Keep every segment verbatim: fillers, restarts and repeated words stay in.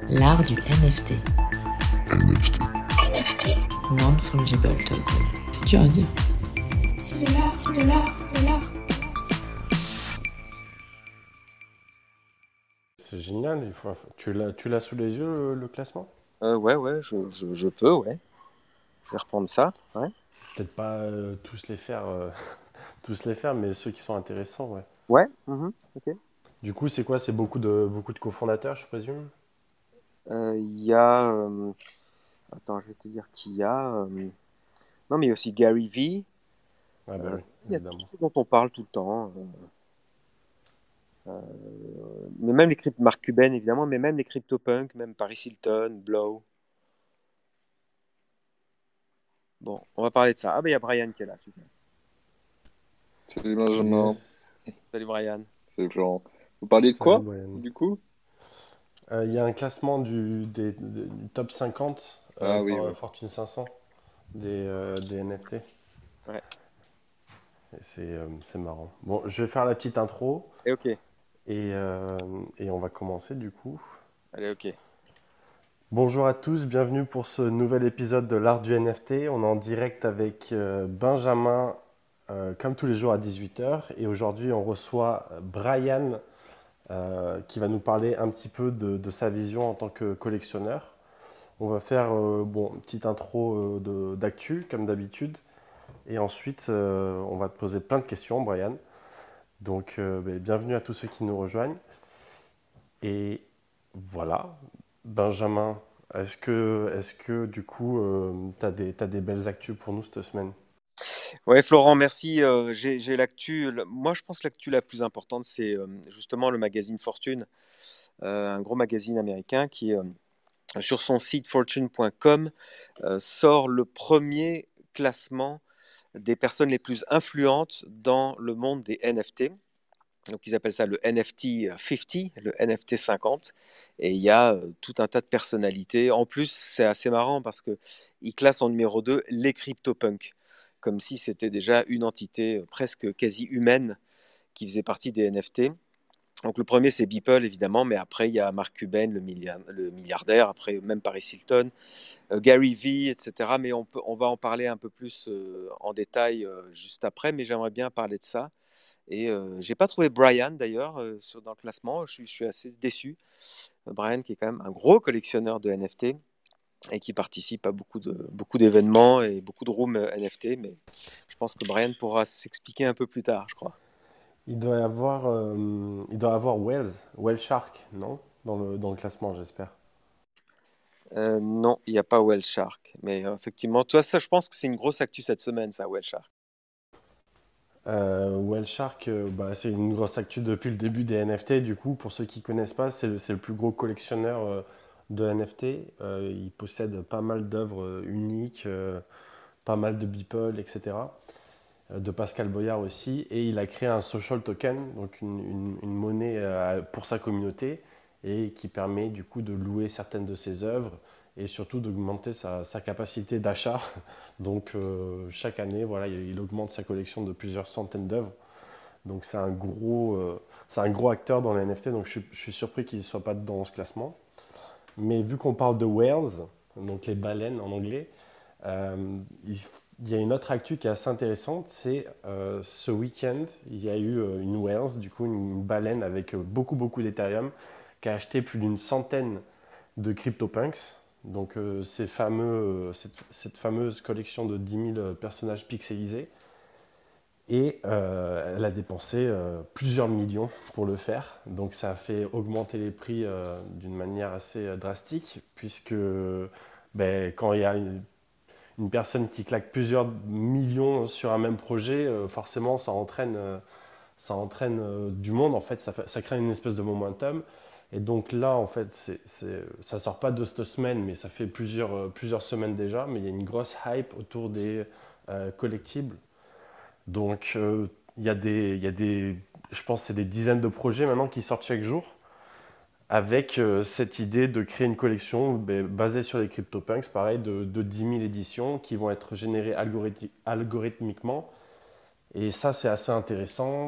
L'art du N F T. N F T. N F T. Non-fungible token. C'est dur à dire. C'est de l'art, c'est de l'art, c'est de l'art. C'est génial, il faut... tu, l'as, tu l'as sous les yeux le, le classement? Euh, ouais, ouais, je, je, je peux, ouais. Je vais reprendre ça, ouais. Peut-être pas euh, tous les faire, euh, tous les faire, mais ceux qui sont intéressants, ouais. Ouais, mhm, ok. Du coup, c'est quoi? C'est beaucoup de, beaucoup de cofondateurs, je présume? Il euh, y a... Euh... Attends, je vais te dire qui y a. Euh... Non, mais il y a aussi Gary Vee. Ah bah Euh, oui, il y a évidemment. tout ce dont on parle tout le temps. Euh... Euh... Mais même les crypto... Mark Cuban, évidemment, mais même les CryptoPunks, même Paris Hilton, Blow. Bon, on va parler de ça. Ah, ben il y a Brian qui est là, super. Salut Benjamin. Yes. Salut Brian. Salut Florent. Vous parliez de Salut, quoi, Brian. du coup? Il euh, y a un classement du, des, des- du top cinquante euh, Ah oui, par euh, ouais. Fortune cinq cents des, euh, des N F T. Ouais. Et c'est, euh, c'est marrant. Bon, je vais faire la petite intro Et ok. et, euh, et on va commencer du coup. Allez, ok. Bonjour à tous, bienvenue pour ce nouvel épisode de l'art du N F T. On est en direct avec euh, Benjamin, euh, comme tous les jours à dix-huit heures. Et aujourd'hui, on reçoit Brian, euh, qui va nous parler un petit peu de, de sa vision en tant que collectionneur. On va faire euh, bon, une petite intro euh, de- d'actu, comme d'habitude. Et ensuite, euh, on va te poser plein de questions, Brian. Donc, euh, ben, bienvenue à tous ceux qui nous rejoignent. Et voilà, Benjamin, est-ce que, est-ce que du coup, euh, tu as des, t'as des belles actus pour nous cette semaine? Ouais, Florent, merci. Euh, j'ai, j'ai l'actu. le- Moi, je pense que l'actu la plus importante, c'est euh, justement le magazine Fortune, euh, un gros magazine américain qui, euh, sur son site fortune point com, euh, sort le premier classement des personnes les plus influentes dans le monde des N F T. Donc, ils appellent ça le N F T cinquante, le N F T cinquante. Et il y a euh, tout un tas de personnalités. En plus, c'est assez marrant parce qu'ils classent en numéro deux les CryptoPunks, comme si c'était déjà une entité euh, presque quasi humaine qui faisait partie des N F T. Donc le premier c'est Beeple évidemment, mais après il y a Mark Cuban, le, milliard- le milliardaire, après même Paris Hilton, euh, Gary Vee, et cetera. Mais on, peut, on va en parler un peu plus euh, en détail euh, juste après, mais j'aimerais bien parler de ça. Et euh, j'ai pas trouvé Brian d'ailleurs euh, sur, dans le classement, je suis, je suis assez déçu. Euh, Brian qui est quand même un gros collectionneur de N F T et qui participe à beaucoup, de, beaucoup d'événements et beaucoup de rooms euh, N F T, mais je pense que Brian pourra s'expliquer un peu plus tard, je crois. Il doit y avoir, euh, il doit y avoir Wells, Whale Shark, non? Dans le, dans le classement, j'espère. Euh, non, il n'y a pas Whale Shark. Mais euh, effectivement, toi, ça, je pense que c'est une grosse actu cette semaine, ça, Whale Shark. Euh, Whale Shark, euh, bah, c'est une grosse actu depuis le début des N F T. Du coup, pour ceux qui ne connaissent pas, c'est le, c'est le plus gros collectionneur euh, de N F T. Euh, il possède pas mal d'œuvres euh, uniques, euh, pas mal de Beeple, et cetera. Euh, de Pascal Boyard aussi. Et il a créé un social token, donc une, une- une monnaie euh, pour sa communauté, et qui permet du coup de louer certaines de ses œuvres et surtout d'augmenter sa, sa capacité d'achat. Donc euh, chaque année, voilà, il, il augmente sa collection de plusieurs centaines d'œuvres. Donc c'est un gros, euh, c'est un gros acteur dans les N F T. Donc je, suis- je suis surpris qu'il ne soit pas dans ce classement. Mais vu qu'on parle de whales, donc les baleines en anglais, euh, il, il y a une autre actu qui est assez intéressante, c'est euh, ce week-end, il y a eu euh, une whales, du coup une, une baleine avec euh, beaucoup beaucoup d'Ethereum, qui a acheté plus d'une centaine de CryptoPunks. Donc euh, ces fameux, euh, cette, cette fameuse collection de dix mille euh, personnages pixelisés. Et euh, elle a dépensé euh, plusieurs millions pour le faire. Donc ça a fait augmenter les prix euh, d'une manière assez euh, drastique, puisque ben, quand il y a une, une personne qui claque plusieurs millions sur un même projet, euh, forcément ça entraîne, euh, ça entraîne euh, du monde. En fait ça, fait, ça crée une espèce de momentum. Et donc là, en fait, c'est, c'est, ça sort pas de cette semaine, mais ça fait plusieurs, euh, plusieurs semaines déjà. Mais il y a une grosse hype autour des euh, collectibles. Donc, euh, il y a des, il y a des, je pense que c'est des dizaines de projets maintenant qui sortent chaque jour avec euh, cette idée de créer une collection ben, basée sur les CryptoPunks, pareil, de, de dix mille éditions qui vont être générées algorithmi- algorithmiquement. Et ça, c'est assez intéressant.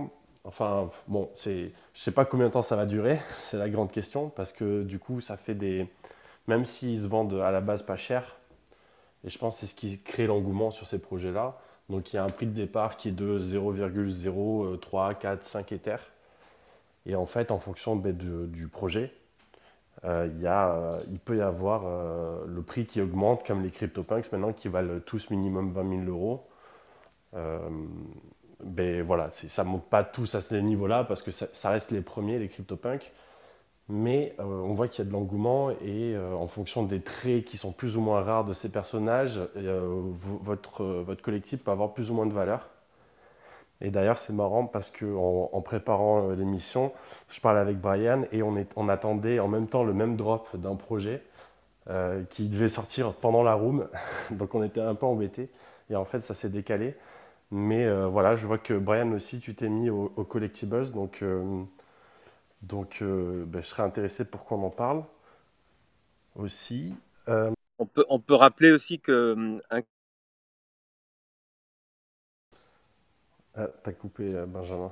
Enfin, bon, c'est, je sais pas combien de temps ça va durer, c'est la grande question, parce que du coup, ça fait des, même s'ils se vendent à la base pas cher, et je pense que c'est ce qui crée l'engouement sur ces projets-là. Donc, il y a un prix de départ qui est de zéro virgule zéro trois, quatre, cinq Ether. Et en fait, en fonction ben, de- du projet, euh, il y a, euh, il peut y avoir euh, le prix qui augmente, comme les CryptoPunks maintenant, qui valent tous minimum vingt mille euros. Euh, ben voilà, c'est- ça ne monte pas tous à ces niveaux-là parce que ça, ça reste les premiers, les CryptoPunks. Mais euh, on voit qu'il y a de l'engouement et euh, en fonction des traits qui sont plus ou moins rares de ces personnages, euh, v- votre, euh, votre collectif peut avoir plus ou moins de valeur. Et d'ailleurs, c'est marrant parce que en, en préparant euh, l'émission, je parlais avec Brian et on, est, on attendait en même temps le même drop d'un projet euh, qui devait sortir pendant la room. Donc on était un peu embêtés. Et en fait, ça s'est décalé. Mais euh, voilà, je vois que Brian aussi, tu t'es mis au, au Collectibles. Donc, euh, donc euh, ben, je serais intéressé pour qu'on en parle aussi. Euh, On peut, on peut rappeler aussi que hum, un ah, t'as coupé euh, Benjamin.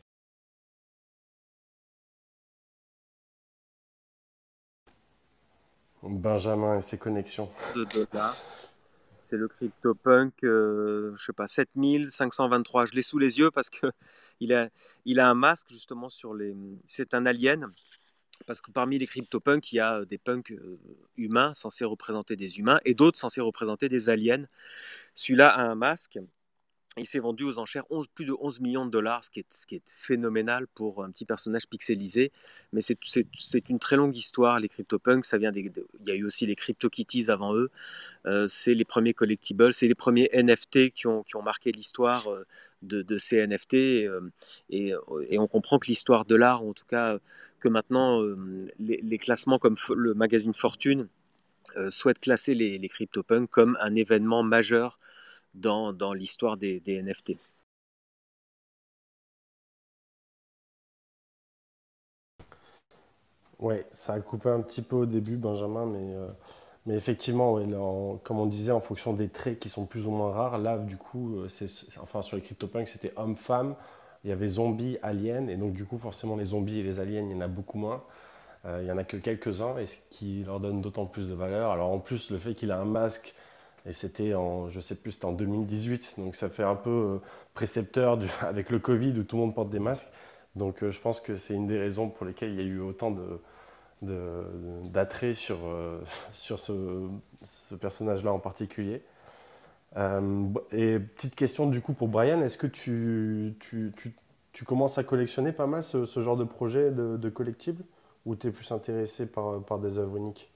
Benjamin et ses connexions. de dollars, c'est le CryptoPunk, euh, je sais pas, sept mille cinq cent vingt-trois. Je l'ai sous les yeux parce que il a, il a un masque justement sur les. C'est un alien. Parce que parmi les CryptoPunks, il y a des punks euh, humains censés représenter des humains et d'autres censés représenter des aliens. Celui-là a un masque. Il s'est vendu aux enchères onze, plus de onze millions de dollars, ce qui est, ce qui est phénoménal pour un petit personnage pixelisé. Mais c'est, c'est, c'est une très longue histoire, les CryptoPunks. Ça vient des, il y a eu aussi les CryptoKitties avant eux. Euh, c'est les premiers collectibles, c'est les premiers N F T qui ont, qui ont marqué l'histoire euh, de, de ces N F T. Et, euh, et, et on comprend que l'histoire de l'art, en tout cas, que maintenant, euh, les, les classements comme le magazine Fortune euh, souhaitent classer les, les CryptoPunks comme un événement majeur dans, dans l'histoire des, des N F T. Ouais, ça a coupé un petit peu au début, Benjamin, mais, euh, mais effectivement, ouais, là, en- comme on disait, en fonction des traits qui sont plus ou moins rares, là, du coup, euh, c'est, c'est- enfin, sur les CryptoPunks, c'était homme-femme, il y avait zombie, alien, et donc, du coup, forcément, les zombies et les aliens, il y en a beaucoup moins. Euh, il y en a que quelques-uns, et ce qui leur donne d'autant plus de valeur. Alors, en plus, le fait qu'il a un masque, et c'était en, je sais plus, c'était en deux mille dix-huit, donc ça fait un peu euh, précepteur du- avec le Covid où tout le monde porte des masques. Donc, euh, je pense que c'est une des raisons pour lesquelles il y a eu autant de de- d'attrait sur, euh, sur ce, ce personnage-là en particulier. Euh, et petite question du coup pour Brian, est-ce que tu, tu, tu, tu commences à collectionner pas mal ce, ce genre de projet de, de collectible ou tu es plus intéressé par, par des œuvres uniques?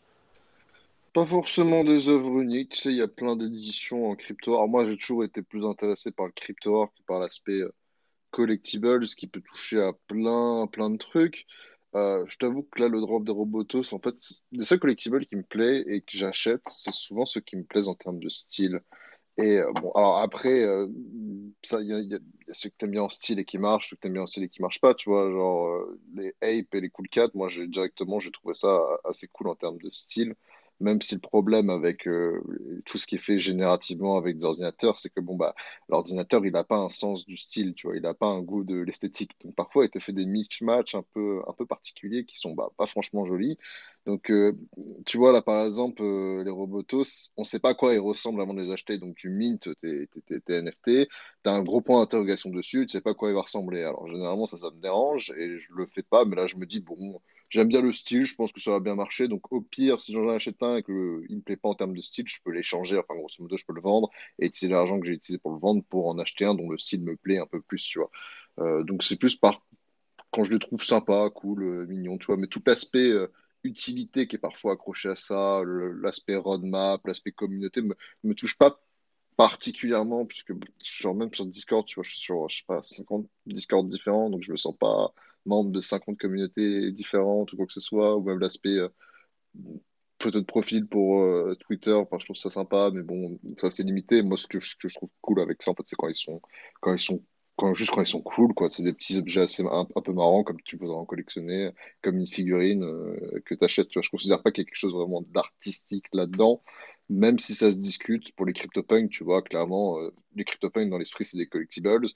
Pas forcément des œuvres uniques, tu sais, il y a plein d'éditions en crypto. Alors moi, j'ai toujours été plus intéressé par le crypto art que par l'aspect euh, collectible, ce qui peut toucher à plein, plein de trucs. Euh, je t'avoue que là, le drop des Robotos, en fait, c'est- les seuls collectibles qui me plaisent et que j'achète, c'est souvent ceux qui me plaisent en termes de style. Et euh, bon, alors après, euh, ça, il y a, il y a- il y a ceux que t'aimes bien en style et qui marchent, ceux que t'aimes bien en style et qui marchent pas, tu vois, genre euh, les Ape et les Cool Cat, moi j'ai directement, j'ai trouvé ça assez cool en termes de style, même si le problème avec euh, tout ce qui est fait générativement avec des ordinateurs, c'est que bon, bah, l'ordinateur, il n'a pas un sens du style, tu vois, il n'a pas un goût de l'esthétique. Donc parfois, il te fait des mix-match un peu, un peu particuliers qui sont bah, pas franchement jolis. Donc, euh, tu vois, là, par exemple, euh, les Robotos, on sait pas à quoi ils ressemblent avant de les acheter. Donc, tu mintes tes, tes, tes- tes N F T, tu as un gros point d'interrogation dessus, tu sais pas à quoi il va ressembler. Alors, généralement, ça, ça me dérange et je le fais pas. Mais là, je me dis, bon, j'aime bien le style, je pense que ça va bien marcher. Donc, au pire, si j'en achète un et que le- il me plaît pas en termes de style, je peux l'échanger. Enfin, grosso modo, je peux le vendre et utiliser l'argent que j'ai utilisé pour le vendre pour en acheter un dont le style me plaît un peu plus, tu vois. Euh, donc, c'est plus par quand je le trouve sympa, cool, euh, mignon, tu vois. Mais tout l'aspect euh, utilité qui est parfois accroché à ça, le- l'aspect roadmap, l'aspect communauté, me, me touche pas particulièrement, puisque genre, même sur Discord, tu vois, je suis sur, je sais pas, cinquante Discord différents, donc je me sens pas membre de cinquante communautés différentes ou quoi que ce soit, ou même l'aspect euh, photo de profil pour euh, Twitter, enfin, je trouve ça sympa, mais bon, ça c'est limité. Moi, ce que, je- ce que je trouve cool avec ça, en fait, c'est quand ils sont, quand ils sont, quand, juste quand ils sont cool, quoi. C'est des petits objets assez, un, un peu marrants, comme tu voudrais en collectionner, comme une figurine euh, que tu achètes. Tu vois, je considère pas qu'il y ait quelque chose vraiment d'artistique là-dedans, même si ça se discute. Pour les CryptoPunks, tu vois, clairement, euh, les CryptoPunks dans l'esprit, c'est des collectibles.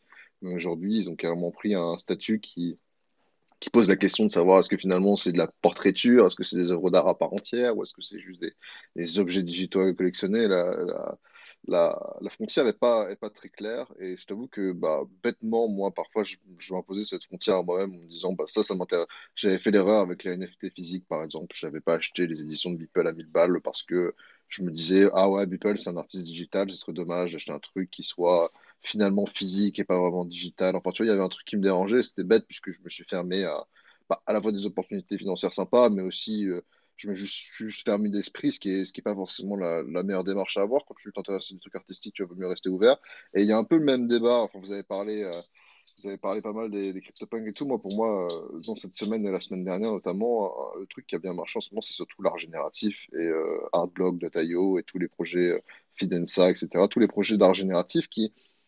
Mais aujourd'hui, ils ont carrément pris un statut qui, qui pose la question de savoir est-ce que finalement c'est de la portraiture, est-ce que c'est des œuvres d'art à part entière, ou est-ce que c'est juste des, des objets digitaux à collectionner. La, la, la, la frontière n'est pas, est pas très claire. Et je t'avoue que bah, bêtement, moi, parfois, je, je m'imposais cette frontière à moi-même en me disant bah, ça, ça m'intéresse. J'avais fait l'erreur avec les N F T physiques, par exemple. Je n'avais pas acheté les éditions de Beeple à mille balles parce que je me disais ah ouais, Beeple, c'est un artiste digital, ce serait dommage d'acheter un truc qui soit finalement physique et pas vraiment digital. Enfin, tu vois, il y avait un truc qui me dérangeait, c'était bête puisque je me suis fermé à, bah, à la fois des opportunités financières sympas, mais aussi euh, je me suis juste, juste fermé d'esprit, ce qui est, ce qui est pas forcément la, la meilleure démarche à avoir. Quand tu t'intéresses à des trucs artistiques, tu vas mieux rester ouvert. Et il y a un peu le même débat, enfin, vous avez parlé, euh, vous avez parlé pas mal des, des CryptoPunks et tout. Moi, pour moi, euh, dans cette semaine et la semaine dernière notamment, euh, le truc qui a bien marché en ce moment, c'est surtout l'art génératif et euh, Artblock, dot i o et tous les projets euh, Fidenza, et cetera. Tous les projets d'art génératif qui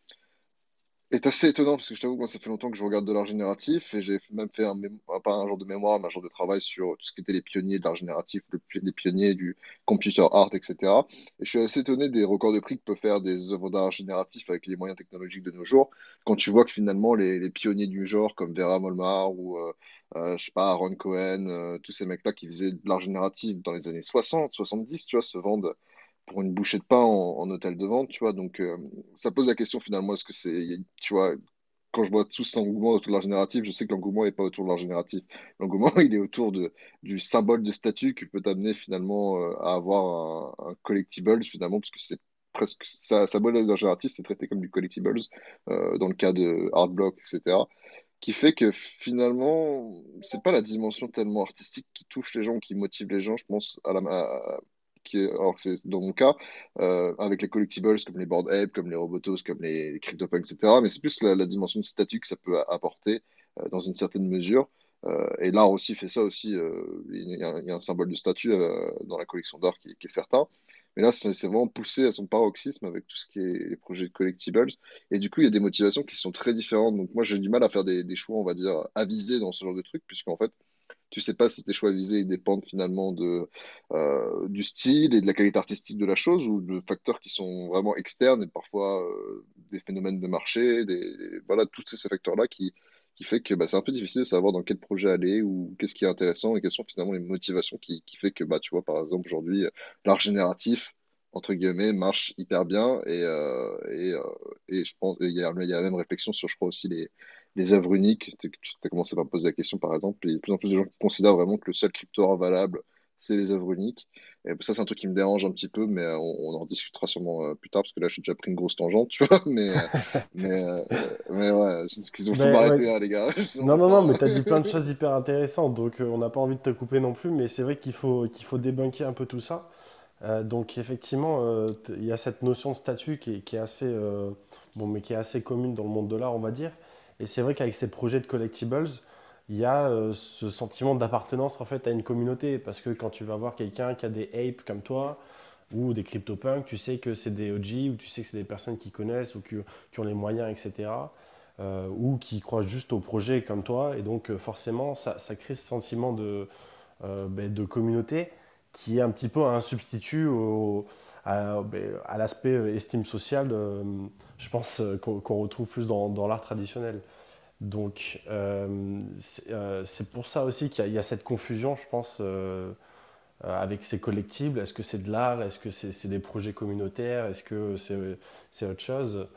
est assez étonnant parce que je t'avoue que moi, ça fait longtemps que je regarde de l'art génératif et j'ai même fait un, mém- pas un genre de mémoire, mais un genre de travail sur tout ce qui était les pionniers de l'art génératif, le pi- les pionniers du computer art, et cetera. Et je suis assez étonné des records de prix que peuvent faire des œuvres d'art génératif avec les moyens technologiques de nos jours, quand tu vois que finalement les, les pionniers du genre comme Vera Molmar ou euh, euh, je sais pas, Aaron Cohen, euh, tous ces mecs-là qui faisaient de l'art génératif dans les années soixante, soixante-dix, tu vois, se vendent pour une bouchée de pain en, en hôtel de vente, tu vois. Donc, euh, ça pose la question finalement, est-ce que c'est, tu vois, quand je vois tout cet engouement autour de l'art génératif, je sais que l'engouement n'est pas autour de l'art génératif. L'engouement, il est autour de, du symbole de statut qui peut t'amener finalement euh, à avoir un, un collectible, finalement, parce que c'est presque ça, symbole de l'art génératif, c'est traité comme du collectibles euh, dans le cas de Artblock, et cetera. Qui fait que finalement, c'est pas la dimension tellement artistique qui touche les gens, qui motive les gens, je pense, à la, à- qui est, alors que c'est dans mon cas, euh, avec les collectibles comme les Bored Ape, comme les Robotos, comme les, les CryptoPunks, et cetera. Mais c'est plus la, la dimension de statut que ça peut apporter euh, dans une certaine mesure. Euh, et l'art aussi fait ça aussi. euh, il y, a un il y a un symbole de statut euh, dans la collection d'art qui, qui est certain. Mais là, c'est c'est vraiment poussé à son paroxysme avec tout ce qui est les projets de collectibles. Et du coup, il y a des motivations qui sont très différentes. Donc moi, j'ai du mal à faire des, des choix, on va dire, avisés dans ce genre de truc, puisqu'en fait, tu sais pas si tes choix visés ils dépendent finalement de, euh, du style et de la qualité artistique de la chose ou de facteurs qui sont vraiment externes et parfois euh, des phénomènes de marché, des, voilà, tous ces facteurs-là qui, qui fait que bah, c'est un peu difficile de savoir dans quel projet aller ou qu'est-ce qui est intéressant et quelles sont finalement les motivations qui, qui fait que, bah, tu vois, par exemple, aujourd'hui, l'art génératif, entre guillemets, marche hyper bien et, euh, et, euh, et je pense, et il y a, il y a la même réflexion sur, je crois, aussi les les œuvres uniques. Tu as commencé par me poser la question, par exemple. Il y a de plus en plus de gens qui considèrent vraiment que le seul crypto valable, c'est les œuvres uniques. Et ça, c'est un truc qui me dérange un petit peu, mais euh, on, on en discutera sûrement euh, plus tard, parce que là, j'ai déjà pris une grosse tangente, tu vois. Mais, euh, mais, euh, mais ouais, c'est ce qu'ils ont. Faut Ben, ouais. m'arrêter là, les gars. Sinon, Non, je non, non, pars. mais tu as dit plein de choses hyper intéressantes, donc euh, on n'a pas envie de te couper non plus, mais c'est vrai qu'il faut, qu'il faut débunker un peu tout ça. Euh, donc effectivement, euh, t- il y a cette notion de statut qui est, qui est assez, euh, bon, mais qui est assez commune dans le monde de l'art, on va dire. Et c'est vrai qu'avec ces projets de collectibles, il y a euh, ce sentiment d'appartenance en fait à une communauté, parce que quand tu vas voir quelqu'un qui a des apes comme toi ou des CryptoPunks, tu sais que c'est des O G ou tu sais que c'est des personnes qui connaissent ou qui, qui ont les moyens, et cetera. Euh, ou qui croient juste au projet comme toi, et donc euh, forcément ça, ça crée ce sentiment de, euh, ben, de communauté qui est un petit peu un substitut au- à, ben, à l'aspect euh, estime sociale, euh, je pense, euh, qu'on qu'on retrouve plus dans, dans l'art traditionnel. Donc, euh, c'est euh, c'est pour ça aussi qu'il y, a il y a cette confusion, je pense, euh, euh, avec ces collectibles. Est-ce que c'est de l'art? Est-ce que c'est c'est des projets communautaires? Est-ce que c'est c'est autre chose?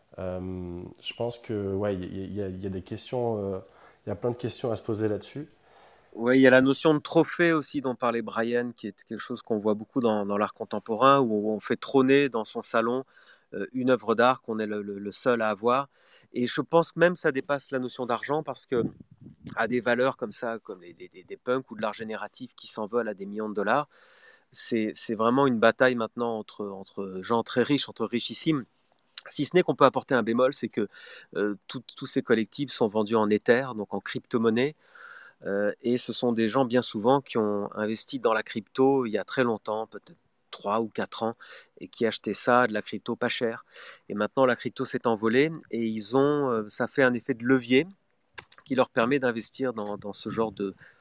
Euh, je pense que ouais, il y, a- il y a il y a des questions, euh, il y a plein de questions à se poser là-dessus. Oui, il y a la notion de trophée aussi dont parlait Brian, qui est quelque chose qu'on voit beaucoup dans, dans l'art contemporain, où on fait trôner dans son salon euh, une œuvre d'art qu'on est le, le- le seul à avoir. Et je pense que même ça dépasse la notion d'argent parce que à des valeurs comme ça, comme les, des, des- des punks ou de l'art génératif qui s'envolent à des millions de dollars, c'est, c'est vraiment une bataille maintenant entre, entre gens très riches, entre richissimes. Si ce n'est qu'on peut apporter un bémol, c'est que euh, tout- tous ces collectibles sont vendus en Ether, donc en crypto-monnaie. Euh, et ce sont des gens bien souvent qui ont investi dans la crypto il y a très longtemps, peut-être trois ou quatre ans, et qui achetaient ça, de la crypto pas cher. Et maintenant, la crypto s'est envolée et ils ont, euh, ça fait un effet de levier qui leur permet d'investir dans, dans ce genre de,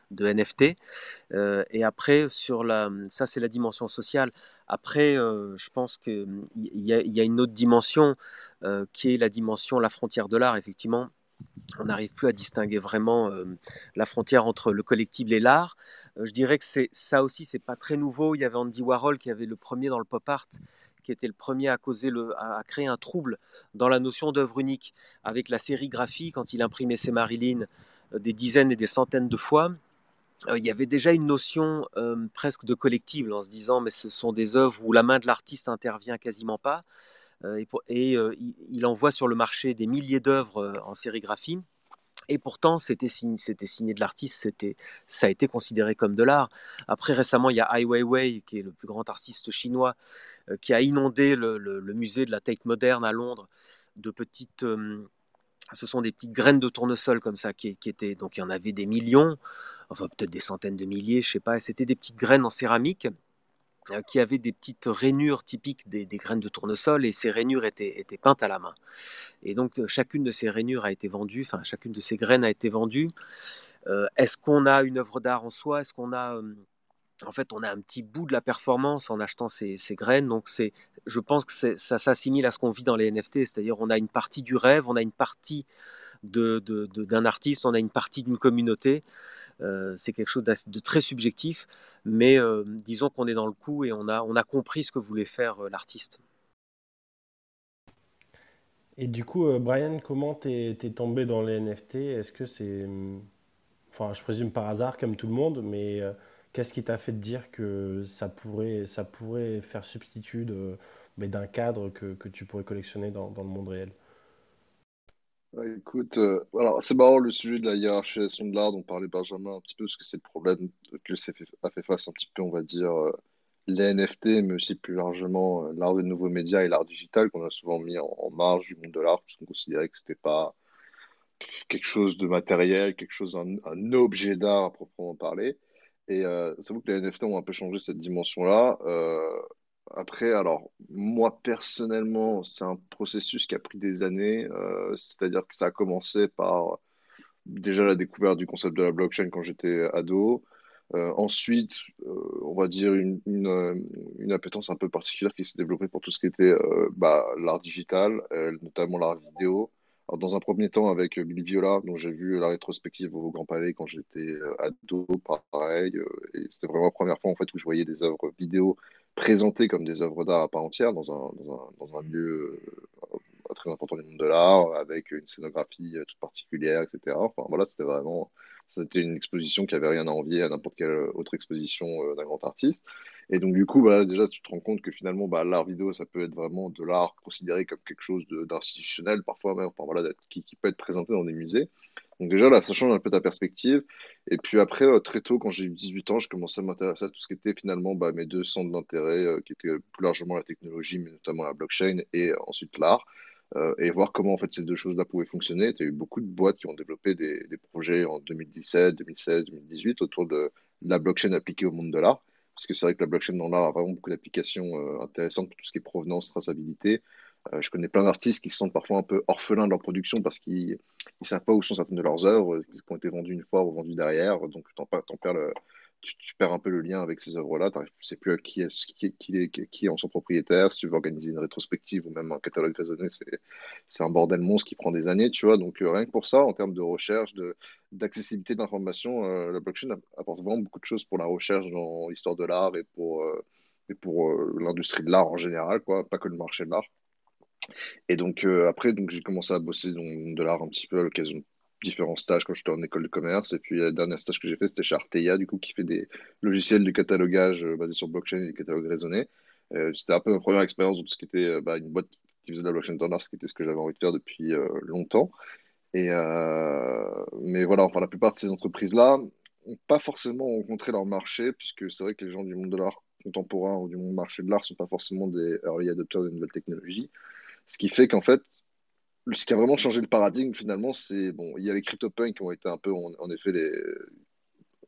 de N F T. Euh, et après, sur la, ça c'est la dimension sociale. Après, euh, je pense qu'il y, y a une autre dimension euh, qui est la dimension, la frontière de l'art, effectivement. On n'arrive plus à distinguer vraiment euh, la frontière entre le collectible et l'art. Euh, je dirais que c'est, ça aussi, c'est pas très nouveau. Il y avait Andy Warhol qui avait le premier dans le pop art, qui était le premier à, causer le, à créer un trouble dans la notion d'œuvre unique, avec la sérigraphie, quand il imprimait ses Marilyn euh, des dizaines et des centaines de fois. Euh, il y avait déjà une notion euh, presque de collectible, en se disant, mais ce sont des œuvres où la main de l'artiste intervient quasiment pas. Euh, et pour, et euh, il, il envoie sur le marché des milliers d'œuvres euh, en sérigraphie. Et pourtant, c'était signé, c'était signé de l'artiste, c'était, ça a été considéré comme de l'art. Après, récemment, il y a Ai Weiwei, qui est le plus grand artiste chinois, euh, qui a inondé le, le, le musée de la Tate Moderne à Londres de petites... Euh, ce sont des petites graines de tournesol comme ça qui, qui étaient... Donc, il y en avait des millions, enfin peut-être des centaines de milliers, je sais pas. C'était des petites graines en céramique euh, qui avaient des petites rainures typiques des, des graines de tournesol, et ces rainures étaient, étaient peintes à la main. Et donc, euh, chacune de ces rainures a été vendue, enfin, chacune de ces graines a été vendue. Euh, est-ce qu'on a une œuvre d'art en soi? Est-ce qu'on a... euh, en fait, on a un petit bout de la performance en achetant ces, ces graines. Donc, c'est, je pense que c'est, ça s'assimile à ce qu'on vit dans les N F T. C'est-à-dire, on a une partie du rêve, on a une partie de, de, de, d'un artiste, on a une partie d'une communauté. Euh, c'est quelque chose de très subjectif. Mais euh, disons qu'on est dans le coup et on a, on a compris ce que voulait faire euh, l'artiste. Et du coup, euh, Brian, comment t'es, t'es tombé dans les N F T? Est-ce que c'est, hum, enfin, je présume par hasard comme tout le monde, mais euh, qu'est-ce qui t'a fait te dire que ça pourrait, ça pourrait faire substitut de, mais d'un cadre que, que tu pourrais collectionner dans, dans le monde réel? Ouais, écoute, euh, alors c'est marrant le sujet de la hiérarchisation de l'art dont parlait Benjamin un petit peu, parce que c'est le problème que c'est fait, a fait face un petit peu, on va dire, euh, les N F T, mais aussi plus largement euh, l'art de nouveaux médias et l'art digital qu'on a souvent mis en, en marge du monde de l'art, puisqu'on considérait que c'était pas quelque chose de matériel, quelque chose, un, un objet d'art à proprement parler. Et euh, c'est vrai que les N F T ont un peu changé cette dimension-là. Euh, après, alors, moi personnellement, c'est un processus qui a pris des années. Euh, c'est-à-dire que ça a commencé par déjà la découverte du concept de la blockchain quand j'étais ado. Euh, ensuite, euh, on va dire une, une, euh, une appétence un peu particulière qui s'est développée pour tout ce qui était euh, bah, l'art digital, euh, notamment l'art vidéo. Alors, dans un premier temps avec euh, Bill Viola, dont j'ai vu la rétrospective au Grand Palais quand j'étais euh, ado, pareil. Euh, et c'était vraiment la première fois en fait, où je voyais des œuvres vidéo présentées comme des œuvres d'art à part entière dans un, dans un, dans un lieu euh, très important du monde de l'art, avec une scénographie euh, toute particulière, et cetera. Enfin voilà, c'était vraiment, c'était une exposition qui avait rien à envier à n'importe quelle autre exposition euh, d'un grand artiste. Et donc du coup, voilà, déjà tu te rends compte que finalement, bah, l'art vidéo, ça peut être vraiment de l'art considéré comme quelque chose de- d'institutionnel, parfois même, enfin, voilà, d'être- qui, qui peut être présenté dans des musées. Donc déjà là, ça change un peu ta perspective. Et puis après, euh, très tôt, quand j'ai eu dix-huit ans, je commençais à m'intéresser à tout ce qui était finalement bah, mes deux centres d'intérêt, euh, qui étaient plus largement la technologie, mais notamment la blockchain, et euh, ensuite l'art, euh, et voir comment en fait ces deux choses-là pouvaient fonctionner. Il y a eu beaucoup de boîtes qui ont développé des, des projets en deux mille dix-sept, deux mille seize, deux mille dix-huit autour de la blockchain appliquée au monde de l'art. Parce que c'est vrai que la blockchain dans l'art a vraiment beaucoup d'applications euh, intéressantes pour tout ce qui est provenance, traçabilité. Euh, je connais plein d'artistes qui se sentent parfois un peu orphelins de leur production parce qu'ils ne savent pas où sont certaines de leurs œuvres, qui ont été vendues une fois ou vendues derrière. Donc, t'en, per- t'en perds le, tu, tu perds un peu le lien avec ces œuvres-là. Tu ne sais plus à qui, est, qui, qui, est, qui est en son propriétaire. Si tu veux organiser une rétrospective ou même un catalogue raisonné, c'est, c'est un bordel monstre qui prend des années, tu vois. Donc, euh, rien que pour ça, en termes de recherche, de, d'accessibilité de l'information, euh, la blockchain apporte vraiment beaucoup de choses pour la recherche dans l'histoire de l'art et pour, euh, et pour euh, l'industrie de l'art en général, quoi, pas que le marché de l'art. Et donc, euh, après, donc, j'ai commencé à bosser dans le monde de l'art un petit peu à l'occasion de différents stages quand j'étais en école de commerce. Et puis, le dernier stage que j'ai fait, c'était chez Arteia, du coup, qui fait des logiciels de catalogage euh, basés sur blockchain et des catalogues raisonnés. Euh, c'était un peu ma première expérience de tout ce qui était euh, bah, une boîte qui faisait de la blockchain dans l'art, ce qui était ce que j'avais envie de faire depuis euh, longtemps. Et, euh, mais voilà, enfin, la plupart de ces entreprises-là n'ont pas forcément rencontré leur marché, puisque c'est vrai que les gens du monde de l'art contemporain ou du monde marché de l'art ne sont pas forcément des early adopters de nouvelles technologies. Ce qui fait qu'en fait, ce qui a vraiment changé le paradigme finalement, c'est bon, il y a les CryptoPunks qui ont été un peu en, en effet les,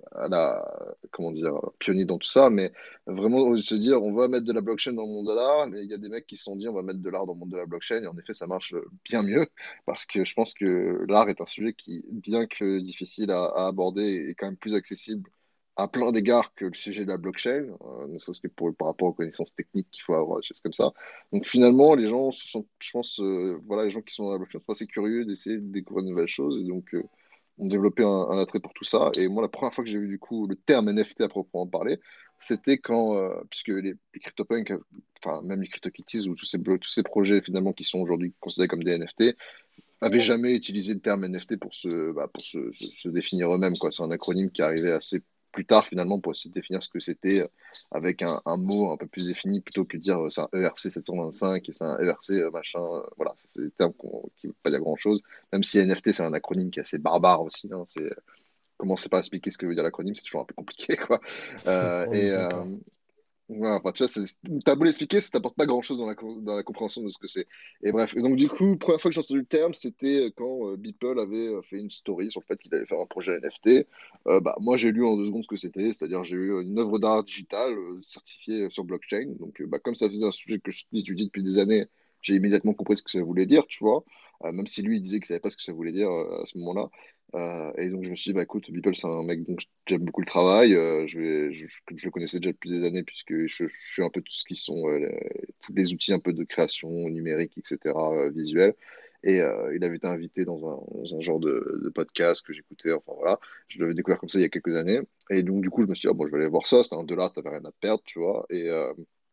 à la, comment dire, pionnier dans tout ça, mais vraiment se dire, on va mettre de la blockchain dans le monde de l'art, mais il y a des mecs qui se sont dit, on va mettre de l'art dans le monde de la blockchain, et en effet, ça marche bien mieux, parce que je pense que l'art est un sujet qui, bien que difficile à, à aborder, est quand même plus accessible à plein d'égards que le sujet de la blockchain, euh, ne serait-ce que pour, par rapport aux connaissances techniques qu'il faut avoir, des choses comme ça. Donc finalement, les gens se sont, je pense, euh, voilà, les gens qui sont dans la blockchain sont assez curieux d'essayer de découvrir de nouvelles choses, et donc euh, ont développé un, un attrait pour tout ça. Et moi, la première fois que j'ai vu du coup le terme N F T à proprement parler, c'était quand, euh, puisque les, les CryptoPunks, euh, enfin même les CryptoKitties ou tous ces, tous ces projets finalement qui sont aujourd'hui considérés comme des N F T, avaient jamais utilisé le terme N F T pour se, bah, pour se, se, se définir eux-mêmes, quoi. C'est un acronyme qui arrivait assez plus tard finalement pour essayer de définir ce que c'était euh, avec un, un mot un peu plus défini plutôt que de dire euh, c'est un E R C sept cent vingt-cinq et c'est un E R C euh, machin. Euh, voilà, ça, c'est des termes qu'on- qui ne veulent pas dire grand-chose. Même si N F T c'est un acronyme qui est assez barbare aussi. Hein, c'est commencer par expliquer ce que veut dire l'acronyme, c'est toujours un peu compliqué, quoi. Euh, On est et euh, d'accord. Ouais, enfin, tu vois, c'est- t'as beau l'expliquer, ça t'apporte pas grand-chose dans la, co- dans la compréhension de ce que c'est. Et bref, et donc du coup, première fois que j'ai entendu le terme, c'était euh, quand euh, Beeple avait euh, fait une story sur le fait qu'il allait faire un projet N F T. Euh, bah, moi, j'ai lu en deux secondes ce que c'était, c'est-à-dire j'ai eu une œuvre d'art digitale euh, certifiée euh, sur blockchain. Donc, euh, bah, comme ça faisait un sujet que j'étudie depuis des années, j'ai immédiatement compris ce que ça voulait dire, tu vois. Euh, même si lui, il disait qu'il savait pas ce que ça voulait dire euh, à ce moment-là. Euh, et donc je me suis dit, bah écoute, Beeple, c'est un mec dont j'aime beaucoup le travail. Euh, je, vais, je, je- je le connaissais déjà depuis des années, puisque je, je suis un peu tout ce qui sont euh, les- tous les outils un peu de création numérique, et cetera, euh, visuel. Et euh, il avait été invité dans un, dans un genre de, de podcast que j'écoutais. Enfin voilà, je l'avais découvert comme ça il y a quelques années. Et donc du coup, je me suis dit, ah, bon, je vais aller voir ça. C'était un dollar, t'avais rien à perdre, tu vois. Et, euh,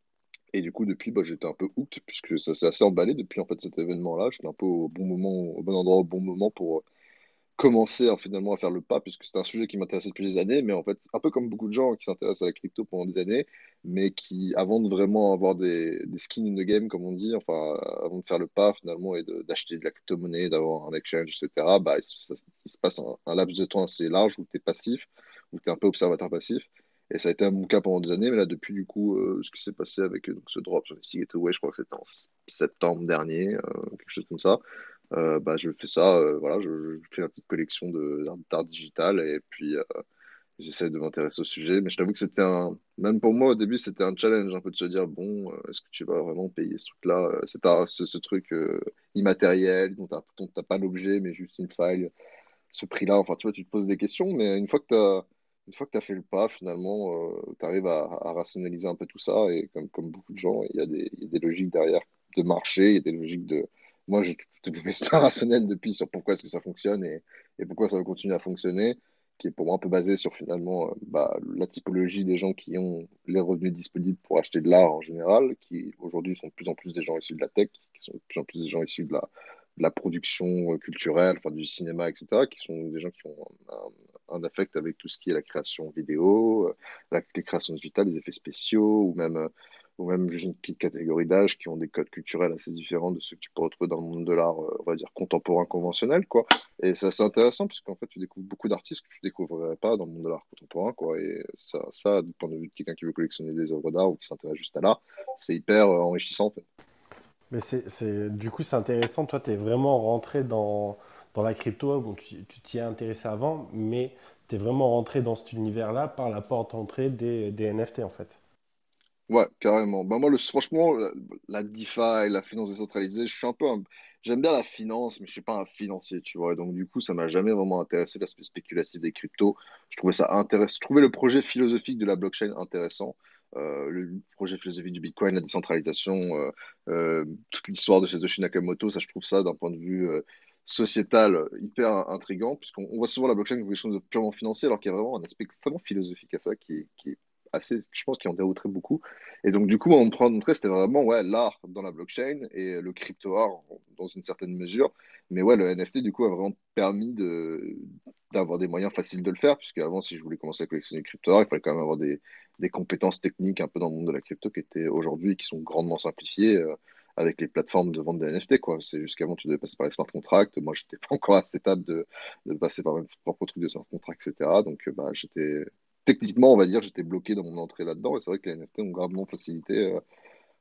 et du coup, depuis, bah, j'étais un peu hooked, puisque ça s'est assez emballé depuis en fait cet événement-là. J'étais un peu au bon moment, au bon endroit, au bon moment pour commencer hein, finalement à faire le pas, puisque c'était un sujet qui m'intéressait depuis des années, mais en fait, un peu comme beaucoup de gens qui s'intéressent à la crypto pendant des années, mais qui, avant de vraiment avoir des, des skins in the game, comme on dit, enfin, avant de faire le pas finalement et de- d'acheter de la crypto-monnaie, d'avoir un exchange, et cetera, bah, il, se ça- il se passe un, un laps de temps assez large où tu es passif, où tu es un peu observateur passif. Et ça a été mon cas pendant des années, mais là, depuis, du coup, euh, ce qui s'est passé avec euh, donc, ce drop sur Nifty Gateway, je crois que c'était en s- septembre dernier, euh, quelque chose comme ça. Euh, bah, je fais ça, euh, voilà, je, je fais une petite collection de- d'art digital et puis euh, j'essaie de m'intéresser au sujet. Mais je t'avoue que c'était un, même pour moi au début, c'était un challenge un peu de se dire, bon, euh, est-ce que tu vas vraiment payer ce truc-là, euh, c'est un- ce, ce truc euh, immatériel dont t'as, dont t'as pas l'objet, mais juste une file, ce prix-là. Enfin, tu vois, tu te poses des questions, mais une fois que t'as, une fois que t'as fait le pas, finalement, tu arrives à, à rationaliser un peu tout ça et comme, comme beaucoup de gens, il y a des, il y a des logiques derrière de marché, il y a des logiques de moi, j'ai tout tout développé un rationnel depuis sur pourquoi est-ce que ça fonctionne et, et pourquoi ça va continuer à fonctionner, qui est pour moi un peu basé sur finalement euh, bah, la typologie des gens qui ont les revenus disponibles pour acheter de l'art en général, qui aujourd'hui sont de plus en plus des gens issus de la tech, qui sont de plus en plus des gens issus de la, de la production euh, culturelle, enfin du cinéma, et cetera, qui sont des gens qui ont un, un affect avec tout ce qui est la création vidéo, euh, la, les créations digitales, les effets spéciaux, ou même euh, ou même juste une petite catégorie d'âge qui ont des codes culturels assez différents de ceux que tu peux retrouver dans le monde de l'art, euh, on va dire, contemporain conventionnel, quoi. Et c'est assez intéressant, puisqu'en fait, tu découvres beaucoup d'artistes que tu découvrirais pas dans le monde de l'art contemporain, quoi. Et ça, ça, du point de vue de quelqu'un qui veut collectionner des œuvres d'art ou qui s'intéresse juste à l'art, c'est hyper euh, enrichissant, en fait. Mais c'est, c'est, du coup, c'est intéressant. Toi, tu es vraiment rentré dans, dans la crypto. Bon, tu tu t'y es intéressé avant, mais tu es vraiment rentré dans cet univers-là par la porte d'entrée des, des N F T, en fait. Ouais, carrément. Bah moi, le, franchement, la, la DeFi, la finance décentralisée, je suis un peu un- j'aime bien la finance, mais je suis pas un financier, tu vois. Et donc, du coup, ça m'a jamais vraiment intéressé l'aspect spéculatif des cryptos. Je trouvais ça intéressant. Je trouvais le projet philosophique de la blockchain intéressant. Euh, le projet philosophique du Bitcoin, la décentralisation, euh, euh, toute l'histoire de Satoshi Nakamoto, ça, je trouve ça d'un point de vue euh, sociétal euh, hyper intriguant, puisqu'on on voit souvent la blockchain comme quelque chose de purement financier, alors qu'il y a vraiment un aspect extrêmement philosophique à ça qui est, qui est assez, je pense, qui en dérouterait beaucoup. Et donc, du coup, mon point d'entrée, c'était vraiment ouais, l'art dans la blockchain et le crypto-art dans une certaine mesure. Mais ouais, le N F T, du coup, a vraiment permis de, d'avoir des moyens faciles de le faire, puisque avant, si je voulais commencer à collectionner du crypto-art, il fallait quand même avoir des, des compétences techniques un peu dans le monde de la crypto qui étaient aujourd'hui, qui sont grandement simplifiées euh, avec les plateformes de vente des N F T, quoi. C'est jusqu'avant, tu devais passer par les smart contracts. Moi, j'étais pas encore à cette étape de, de passer par mes propres trucs de smart contracts, et cetera. Donc, euh, bah, j'étais techniquement, on va dire, j'étais bloqué dans mon entrée là-dedans. Et c'est vrai que les N F T ont grandement facilité euh,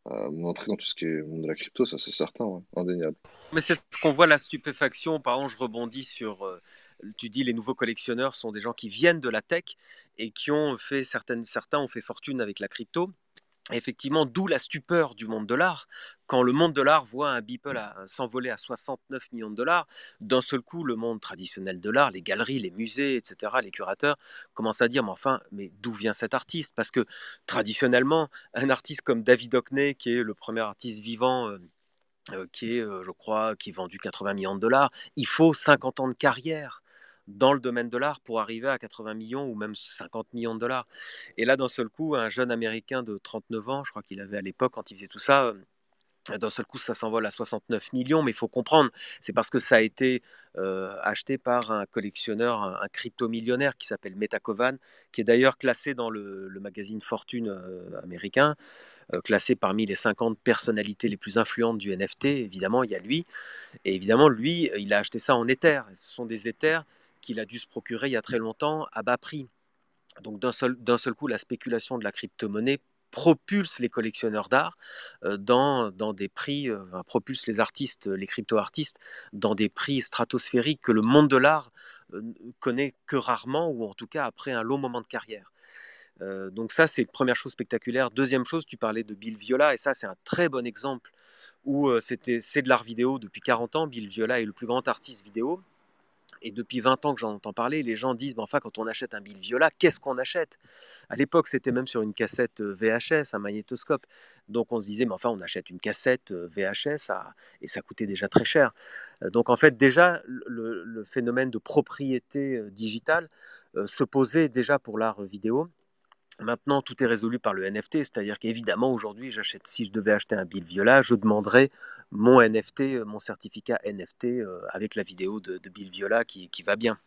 euh, mon entrée dans tout ce qui est monde de la crypto, ça c'est certain, ouais, indéniable. Mais c'est ce qu'on voit, la stupéfaction. Par exemple, je rebondis sur, euh, tu dis, les nouveaux collectionneurs sont des gens qui viennent de la tech et qui ont fait, certaines, certains ont fait fortune avec la crypto. Effectivement, d'où la stupeur du monde de l'art. Quand le monde de l'art voit un Beeple à- s'envoler à soixante-neuf millions de dollars, d'un seul coup, le monde traditionnel de l'art, les galeries, les musées, et cetera, les curateurs, commencent à dire, mais enfin, mais d'où vient cet artiste? Parce que traditionnellement, un artiste comme David Hockney, qui est le premier artiste vivant, euh, euh, qui est, euh, je crois, qui est vendu quatre-vingts millions de dollars, il faut cinquante ans de carrière dans le domaine de l'art pour arriver à quatre-vingts millions ou même cinquante millions de dollars. Et là, d'un seul coup, un jeune Américain de trente-neuf ans, je crois qu'il avait à l'époque, quand il faisait tout ça, euh, d'un seul coup, ça s'envole à soixante-neuf millions, mais il faut comprendre, c'est parce que ça a été euh, acheté par un collectionneur, un, un crypto-millionnaire qui s'appelle Metakovan, qui est d'ailleurs classé dans le, le magazine Fortune euh, américain, euh, classé parmi les cinquante personnalités les plus influentes du N F T. Évidemment, il y a lui. Et évidemment, lui, il a acheté ça en Ether. Ce sont des Ethers qu'il a dû se procurer il y a très longtemps à bas prix. Donc d'un seul, d'un seul coup, la spéculation de la crypto-monnaie propulse les collectionneurs d'art euh, dans, dans des prix, euh, enfin, propulse les artistes, les crypto-artistes dans des prix stratosphériques que le monde de l'art euh, connaît que rarement, ou en tout cas après un long moment de carrière. Euh, donc ça, c'est une première chose spectaculaire. Deuxième chose, tu parlais de Bill Viola, et ça, c'est un très bon exemple où euh, c'était, c'est de l'art vidéo depuis quarante ans. Bill Viola est le plus grand artiste vidéo. Et depuis vingt ans que j'en entends parler, les gens disent, ben enfin, quand on achète un Bill Viola, qu'est-ce qu'on achète? À l'époque, c'était même sur une cassette V H S, un magnétoscope. Donc on se disait, mais enfin, on achète une cassette V H S à- et ça coûtait déjà très cher. Euh, Donc en fait, déjà, le, le phénomène de propriété euh, digitale euh, se posait déjà pour l'art vidéo. Maintenant, tout est résolu par le N F T, c'est-à-dire qu'évidemment, aujourd'hui, j'achète, si je devais acheter un Bill Viola, je demanderais mon N F T, euh, mon certificat N F T euh, avec la vidéo de, de Bill Viola qui, qui va bien.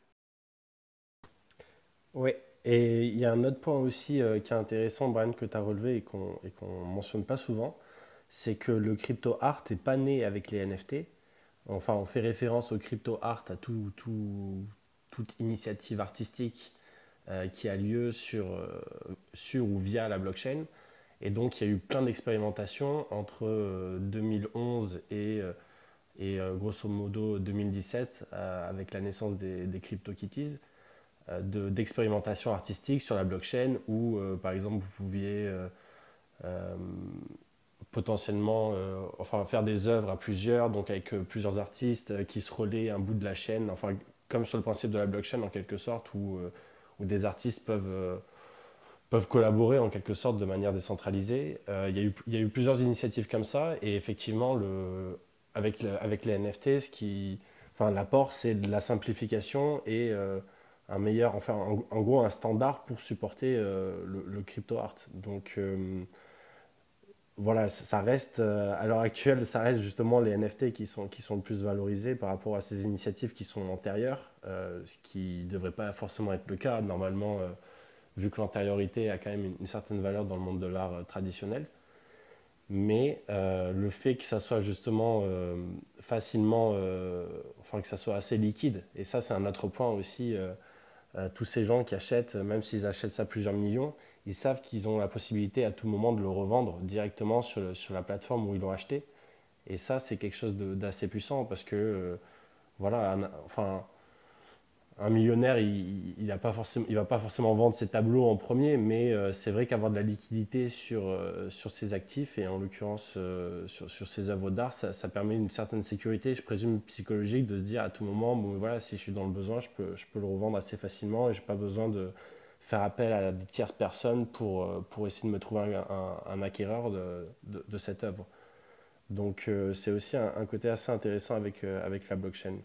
Ouais, et il y a un autre point aussi euh, qui est intéressant, Brian, que tu as relevé et qu'on et qu'on mentionne pas souvent, c'est que le crypto art n'est pas né avec les N F T. Enfin, on fait référence au crypto art, à tout, tout- toute initiative artistique euh, qui a lieu sur, euh, sur ou via la blockchain. Et donc, il y a eu plein d'expérimentations entre euh, deux mille onze et, euh, et euh, grosso modo deux mille dix-sept, euh, avec la naissance des, des CryptoKitties, euh, de- d'expérimentation artistique sur la blockchain où, euh, par exemple, vous pouviez euh, euh, potentiellement euh, enfin, faire des œuvres à plusieurs, donc avec euh, plusieurs artistes euh, qui se relaient un bout de la chaîne, enfin, comme sur le principe de la blockchain en quelque sorte, où, euh, où des artistes peuvent, euh, peuvent collaborer en quelque sorte de manière décentralisée. Euh, Il y a eu, il y a eu plusieurs initiatives comme ça, et effectivement, le, avec, le- avec les N F T, ce qui, enfin, l'apport, c'est de la simplification et euh, un meilleur, enfin, en, en gros, un standard pour supporter euh, le, le crypto art. Donc, euh, voilà, ça reste, euh, à l'heure actuelle, ça reste justement les N F T qui sont, qui sont le plus valorisés par rapport à ces initiatives qui sont antérieures, euh, ce qui ne devrait pas forcément être le cas. Normalement, euh, vu que l'antériorité a quand même une, une certaine valeur dans le monde de l'art euh, traditionnel. Mais euh, le fait que ça soit justement euh, facilement, euh, enfin que ça soit assez liquide, et ça c'est un autre point aussi, euh, euh, tous ces gens qui achètent, même s'ils achètent ça plusieurs millions, ils savent qu'ils ont la possibilité à tout moment de le revendre directement sur, le- sur la plateforme où ils l'ont acheté. Et ça c'est quelque chose de- d'assez puissant parce que, euh, voilà, un- enfin, un millionnaire, il ne va pas forcément vendre ses tableaux en premier, mais euh, c'est vrai qu'avoir de la liquidité sur, euh, sur ses actifs, et en l'occurrence euh, sur, sur ses œuvres d'art, ça, ça permet une certaine sécurité, je présume psychologique, de se dire à tout moment, bon voilà, si je suis dans le besoin, je peux, je peux le revendre assez facilement et je n'ai pas besoin de faire appel à des tierces personnes pour, euh, pour essayer de me trouver un, un- un acquéreur de, de- de cette œuvre. Donc euh, c'est aussi un, un côté assez intéressant avec, euh, avec la blockchain.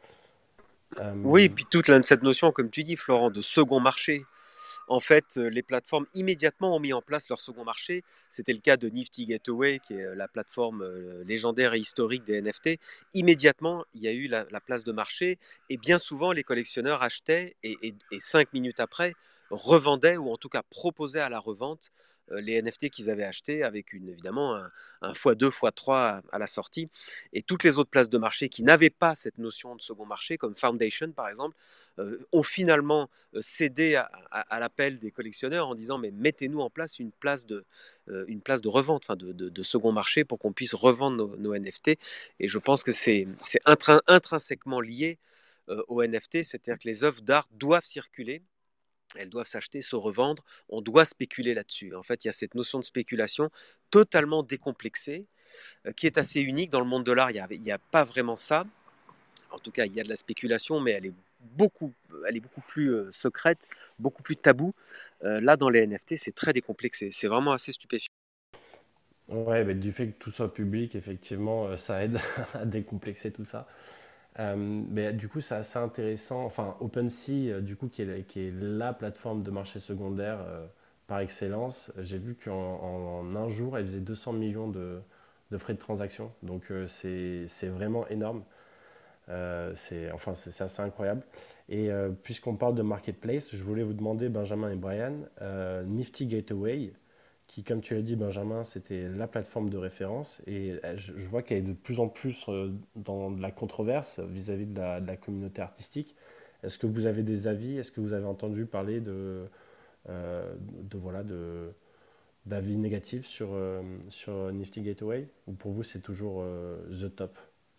Oui, et Euh, puis toute la- cette notion, comme tu dis, Florent, de second marché. En fait, euh, les plateformes immédiatement ont mis en place leur second marché. C'était le cas de Nifty Gateway, qui est euh, la plateforme euh, légendaire et historique des N F T. Immédiatement, il y a eu la, la place de marché et bien souvent, les collectionneurs achetaient et, et- et cinq minutes après revendaient ou en tout cas proposaient à la revente euh, les N F T qu'ils avaient achetés avec une, évidemment un, un fois deux, fois trois à, à la sortie. Et toutes les autres places de marché qui n'avaient pas cette notion de second marché, comme Foundation par exemple, euh, ont finalement euh, cédé à, à, à l'appel des collectionneurs en disant mais mettez-nous en place une place de, euh, une place de revente, enfin de, de, de second marché pour qu'on puisse revendre nos, nos N F T. Et je pense que c'est, c'est intrin- intrinsèquement lié euh, aux N F T, c'est-à-dire que les œuvres d'art doivent circuler, elles doivent s'acheter, se revendre, on doit spéculer là-dessus. En fait, il y a cette notion de spéculation totalement décomplexée, euh, qui est assez unique dans le monde de l'art. Il n'y a, a, pas vraiment ça. En tout cas, il y a de la spéculation, mais elle est beaucoup, elle est beaucoup plus euh, secrète, beaucoup plus taboue. Euh, là, dans les N F T, c'est très décomplexé. C'est vraiment assez stupéfiant. Ouais, mais du fait que tout soit public, effectivement, euh, ça aide à décomplexer tout ça. Euh, mais du coup, c'est assez intéressant. Enfin, OpenSea, euh, du coup, qui est, la- qui est la plateforme de marché secondaire euh, par excellence, j'ai vu qu'en en, en un jour, elle faisait deux cents millions de, de frais de transaction. Donc, euh, c'est, c'est vraiment énorme. Euh, c'est, enfin, c'est, c'est assez incroyable. Et euh, puisqu'on parle de marketplace, je voulais vous demander, Benjamin et Brian, euh, Nifty Gateway, qui, comme tu l'as dit, Benjamin, c'était la plateforme de référence. Et euh, je, je vois qu'elle est de plus en plus euh, dans de la controverse vis-à-vis de la, de la communauté artistique. Est-ce que vous avez des avis? Est-ce que vous avez entendu parler de, euh, de voilà, de, d'avis négatifs sur, euh, sur Nifty Gateway? Ou pour vous, c'est toujours euh, the top?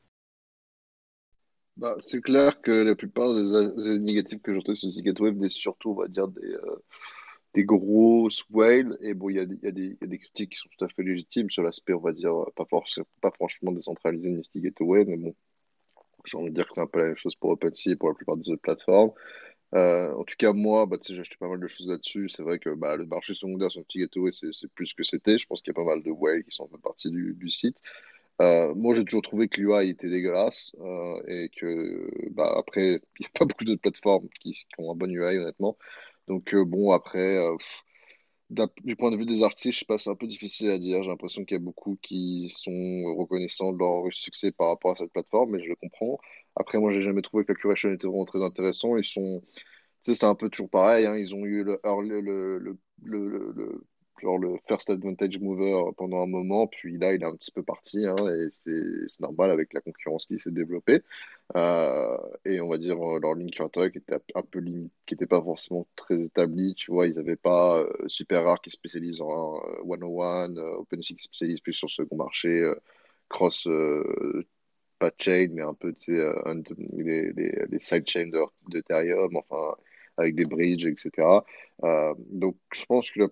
Bah, c'est clair que la plupart des avis négatifs que j'entends sur Ticketweb venaient surtout, on va dire, des, euh, des grosses whales. Et bon, il y a, des- il y a des il y a des critiques qui sont tout à fait légitimes sur l'aspect, on va dire, euh, pas, forcément, pas franchement décentralisé de Nifty Gateway. Mais bon, j'ai envie de dire que c'est un peu la même chose pour OpenSea et pour la plupart des autres plateformes. Euh, en tout cas, moi, bah, tu sais, j'ai acheté pas mal de choses là-dessus. C'est vrai que bah, le marché secondaire sur Nifty Gateway, c'est c'est plus ce que c'était. Je pense qu'il y a pas mal de whales qui sont en fait partie du, du site. Euh, moi, j'ai toujours trouvé que l'U I était dégueulasse euh, et que, bah, après, il n'y a pas beaucoup d'autres plateformes qui, qui ont un bon U I, honnêtement. Donc, euh, bon, après, euh, pff, d'un- du point de vue des artistes, je sais pas, c'est un peu difficile à dire. J'ai l'impression qu'il y a beaucoup qui sont reconnaissants de leur succès par rapport à cette plateforme, mais je le comprends. Après, moi, j'ai jamais trouvé que la curation était vraiment très intéressant. Ils sont, tu sais, c'est un peu toujours pareil, hein. Ils ont eu le, early- le, le, le, le, le- genre le first advantage mover pendant un moment, puis là, il est un petit peu parti, hein, et c'est c'est normal avec la concurrence qui s'est développée. Euh, et on va dire, euh, leur ligne curatoriale qui était un peu limite, qui n'était pas forcément très établie, tu vois, ils n'avaient pas euh, Super Rare qui spécialise en euh, cent un, euh, OpenSea qui spécialise plus sur le second marché, euh, cross, euh, pas de chain, mais un peu, tu sais, euh, un de- les, les, les sidechains de- d'Ethereum, enfin, avec des bridges, et cetera. Euh, donc, je pense que la,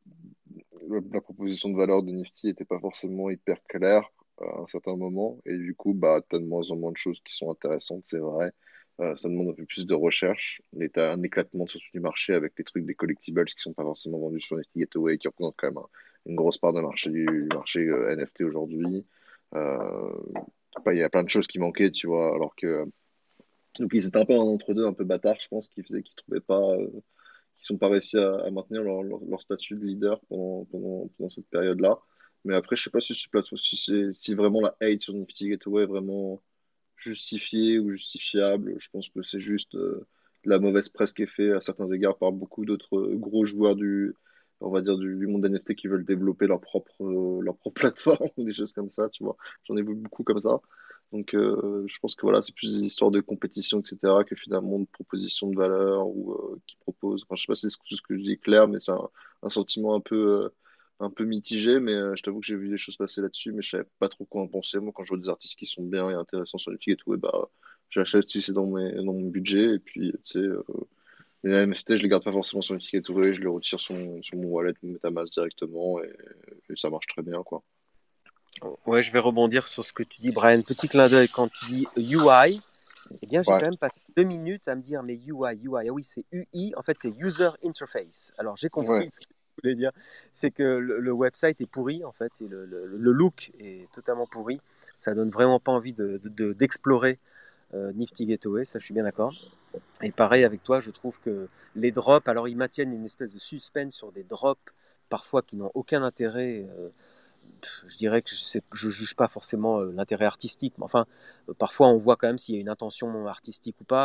la- la proposition de valeur de Nifty n'était pas forcément hyper claire euh, à un certain moment, et du coup, bah, tu as de moins en moins de choses qui sont intéressantes, c'est vrai. Euh, ça demande un peu plus de recherche, et tu as un éclatement de ce du marché avec les trucs des collectibles qui sont pas forcément vendus sur Nifty Gateway, qui représentent quand même un- une grosse part de marché du, du marché euh, N F T aujourd'hui. Euh, Enfin, il y a plein de choses qui manquaient, tu vois, alors que. Donc, ils étaient un peu en entre-deux, un peu bâtard, je pense, qui faisait qu'ils trouvaient pas. Euh, qu'ils sont pas réussi à, à maintenir leur, leur, leur statut de leader pendant, pendant, pendant cette période-là. Mais après, je sais pas si, ce plateau- si, c'est- si vraiment la hate sur Nifty Gateway est vraiment justifiée ou justifiable. Je pense que c'est juste euh, de la mauvaise presse qui est faite à certains égards par beaucoup d'autres euh, gros joueurs du, on va dire, du, du monde N F T qui veulent développer leur propre, euh, leur propre plateforme ou des choses comme ça, tu vois. J'en ai vu beaucoup comme ça. Donc, euh, je pense que voilà, c'est plus des histoires de compétition, et cetera, que finalement de proposition de valeur ou euh, qui propose. Enfin, je sais pas si c'est ce que je dis est clair, mais c'est un, un sentiment un peu, euh, un peu mitigé. Mais euh, je t'avoue que j'ai vu des choses passer là-dessus, mais je savais pas trop quoi en penser. Moi, quand je vois des artistes qui sont bien et intéressants sur Netflix et tout, et bah, j'achète si c'est dans, mes, dans mon budget. Et puis, tu sais, euh, les N F T, je les garde pas forcément sur Netflix et tout, je les retire sur mon, sur mon wallet ou MetaMask directement et, et ça marche très bien, quoi. Ouais, je vais rebondir sur ce que tu dis, Brian. Petit clin d'œil quand tu dis U I. Eh bien, j'ai Ouais, quand même passé deux minutes à me dire, mais U I, U I, ah oui, c'est U I, en fait, c'est User Interface. Alors, j'ai compris ouais. ce que tu voulais dire. C'est que le, le website est pourri, en fait, et le, le- le look est totalement pourri. Ça donne vraiment pas envie de, de- de- d'explorer euh, Nifty Gateway, ça, je suis bien d'accord. Et pareil avec toi, je trouve que les drops, alors ils maintiennent une espèce de suspense sur des drops, parfois qui n'ont aucun intérêt. euh, je dirais que je ne juge pas forcément euh, l'intérêt artistique, mais enfin, euh, parfois on voit quand même s'il y a une intention artistique ou pas, et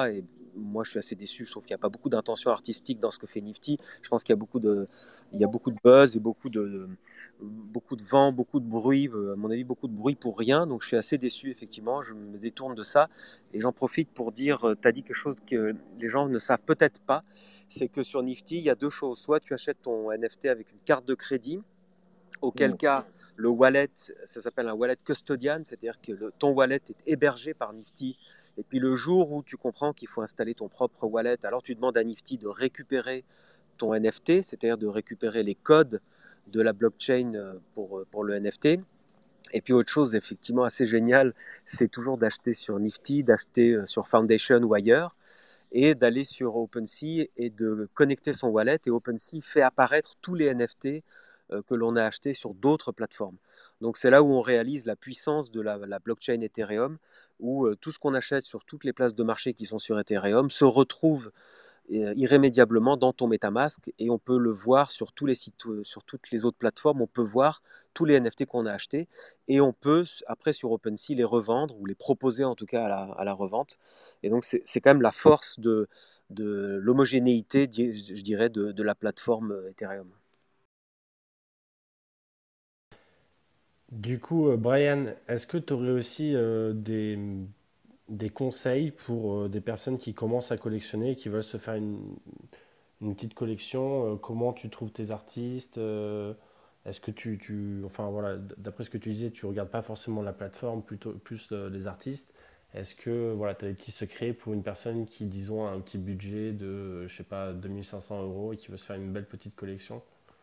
moi, je suis assez déçu. Je trouve qu'il n'y a pas beaucoup d'intention artistique dans ce que fait Nifty. Je pense qu'il y a beaucoup de, il y a beaucoup de buzz et beaucoup de, de- beaucoup de vent, beaucoup de bruit. euh, À mon avis, beaucoup de bruit pour rien. Donc, je suis assez déçu, effectivement. Je me détourne de ça. Et j'en profite pour dire, tu as dit quelque chose que les gens ne savent peut-être pas. C'est que sur Nifty, il y a deux choses. Soit tu achètes ton N F T avec une carte de crédit, auquel Hmm. cas le wallet, ça s'appelle un wallet custodian, c'est-à-dire que le- ton wallet est hébergé par Nifty. Et puis le jour où tu comprends qu'il faut installer ton propre wallet, alors tu demandes à Nifty de récupérer ton N F T, c'est-à-dire de récupérer les codes de la blockchain euh, pour, euh, pour le N F T. Et puis autre chose effectivement assez géniale, c'est toujours d'acheter sur Nifty, d'acheter euh, sur Foundation ou ailleurs, et d'aller sur OpenSea et de connecter son wallet. Et OpenSea fait apparaître tous les N F T euh, que l'on a achetés sur d'autres plateformes. Donc c'est là où on réalise la puissance de la, la blockchain Ethereum, où euh, tout ce qu'on achète sur toutes les places de marché qui sont sur Ethereum se retrouve euh, irrémédiablement dans ton MetaMask, et on peut le voir sur tous les sites, euh, sur toutes les autres plateformes. On peut voir tous les N F T qu'on a achetés, et on peut après sur OpenSea les revendre ou les proposer en tout cas à la, à la revente. Et donc c'est c'est quand même la force de, de l'homogénéité, je dirais, de, de la plateforme euh, Ethereum. Du coup, euh, Brian, est-ce que tu aurais aussi euh, des, des conseils pour euh, des personnes qui commencent à collectionner et qui veulent se faire une, une petite collection? Euh, comment tu trouves tes artistes? Euh, est-ce que tu, tu- enfin voilà, d- d'après ce que tu disais, tu regardes pas forcément la plateforme, plutôt plus euh, les artistes. Est-ce que voilà, tu as des petits secrets pour une personne qui, disons, a un petit budget de, euh, je sais pas, deux mille cinq cents euros et qui veut se faire une belle petite collection?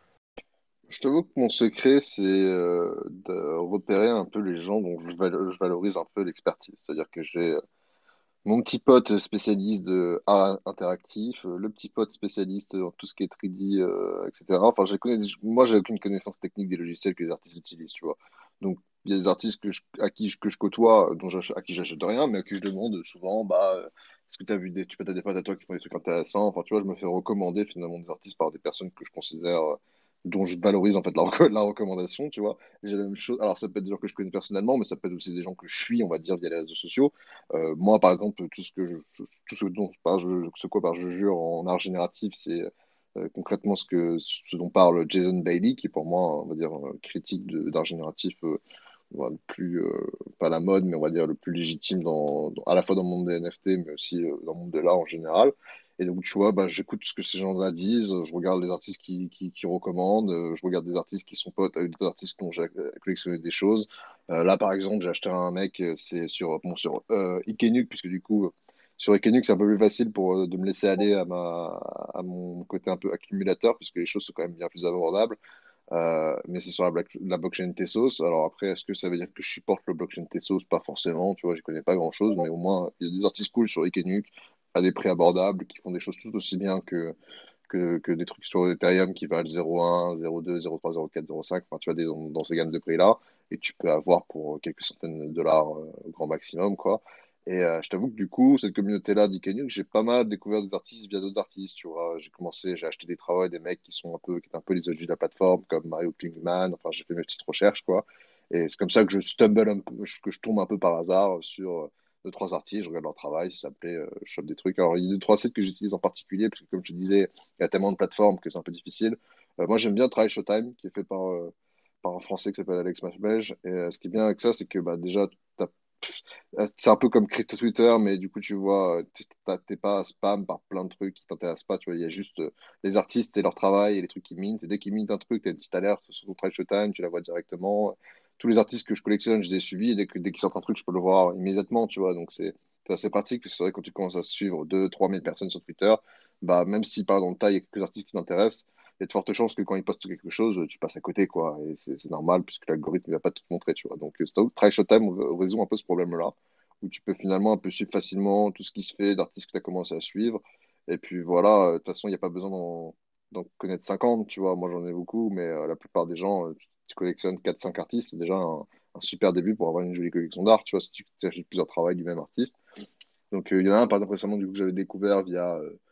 Je t'avoue que mon secret, c'est euh, de repérer un peu les gens dont je, val- je valorise un peu l'expertise. C'est-à-dire que j'ai euh, mon petit pote spécialiste de art interactif, euh, le petit pote spécialiste en tout ce qui est trois D, euh, et cetera. Enfin, je connais, moi, j'ai aucune connaissance technique des logiciels que les artistes utilisent, tu vois. Donc, il y a des artistes que je, à qui je, que je côtoie, euh, dont j'ach- à qui j'achète rien, mais à qui je demande souvent, bah, euh, est-ce que tu as vu des, tu peux, t'as des potes à toi qui font des trucs intéressants. Enfin, tu vois, je me fais recommander finalement des artistes par des personnes que je considère, euh, dont je valorise en fait la, reco- la recommandation, tu vois. Et j'ai la même chose. Alors, ça peut être des gens que je connais personnellement, mais ça peut être aussi des gens que je suis, on va dire, via les réseaux sociaux. Euh, moi, par exemple, tout ce que je, tout ce dont par je, ce quoi par je jure en art génératif, c'est euh, concrètement ce que ce dont parle Jason Bailey, qui est pour moi, on va dire, euh, critique de- d'art génératif, euh, voilà, le plus euh, pas la mode, mais on va dire le plus légitime dans, dans- à la fois dans le monde des N F T, mais aussi euh, dans le monde de l'art en général. Et donc, tu vois, bah, j'écoute ce que ces gens-là disent, je regarde les artistes qui, qui, qui recommandent, euh, je regarde des artistes qui sont potes avec d'autres artistes dont j'ai collectionné des choses. Euh, là, par exemple, j'ai acheté un mec, euh, c'est sur, bon, sur euh, Ikenuk, puisque du coup, euh, sur Ikenuk, c'est un peu plus facile pour, euh, de me laisser aller à, ma, à mon côté un peu accumulateur, puisque les choses sont quand même bien plus abordables. Euh, mais c'est sur la, black- la blockchain Tezos. Alors après, est-ce que ça veut dire que je supporte le blockchain Tezos? Pas forcément, tu vois, je connais pas grand-chose, mais au moins, il y a des artistes cool sur Ikenuk, à des prix abordables, qui font des choses tout aussi bien que, que, que des trucs sur Ethereum qui valent zéro virgule un, zéro virgule deux, zéro virgule trois, zéro virgule quatre, zéro virgule cinq, enfin, tu vois, des, dans, dans ces gammes de prix-là, et tu peux avoir pour quelques centaines de dollars euh, au grand maximum, quoi. Et euh, je t'avoue que du coup, cette communauté-là d'Ikenyuk, j'ai pas mal découvert des artistes via d'autres artistes, tu vois. J'ai commencé, j'ai acheté des travaux des mecs qui sont un peu, qui étaient un peu les O G de la plateforme, comme Mario Klingman, enfin, j'ai fait mes petites recherches, quoi. Et c'est comme ça que je stumble un peu, que je tombe un peu par hasard sur euh, deux, trois artistes, je regarde leur travail, ça s'appelait, euh, je chope des trucs. Alors, il y a deux, trois sites que j'utilise en particulier, parce que comme je te disais, il y a tellement de plateformes que c'est un peu difficile. Euh, moi, j'aime bien Try Showtime, qui est fait par, euh, par un Français qui s'appelle Alex Masbej. Et euh, ce qui est bien avec ça, c'est que bah, déjà, t'as- pff, euh, c'est un peu comme crypto Twitter, mais du coup, tu vois, euh, t'es t'as- t'es pas spam par plein de trucs qui t'intéressent pas. Tu vois, il y a juste euh, les artistes et leur travail et les trucs qu'ils mintent. Et dès qu'ils mintent un truc, t'as une petite alerte sur ton Try Showtime, tu la vois directement. Tous les artistes que je collectionne, je les ai suivis. Et dès que, dès qu'ils sortent un truc, je peux le voir immédiatement, tu vois. Donc, c'est c'est assez pratique. Parce que c'est vrai, quand tu commences à suivre deux trois mille personnes sur Twitter, bah, même si par dans le tas, il y a quelques artistes qui t'intéressent, il y a de fortes chances que quand ils postent quelque chose, tu passes à côté, quoi. Et c'est c'est normal, puisque l'algorithme ne va pas tout te montrer, tu vois. Donc, euh, Try Showtime résout un peu ce problème-là, où tu peux finalement un peu suivre facilement tout ce qui se fait d'artistes que tu as commencé à suivre. Et puis voilà, euh, de toute façon, il n'y a pas besoin d'en d'en connaître cinquante, tu vois. Moi, j'en ai beaucoup, mais euh, la plupart des gens, euh, tu, tu collectionnes quatre cinq artistes, c'est déjà un, un super début pour avoir une jolie collection d'art, tu vois, si tu achètes plusieurs travaux du même artiste. Donc, euh, il y en a un, par exemple, récemment, du coup, que j'avais découvert via. euh,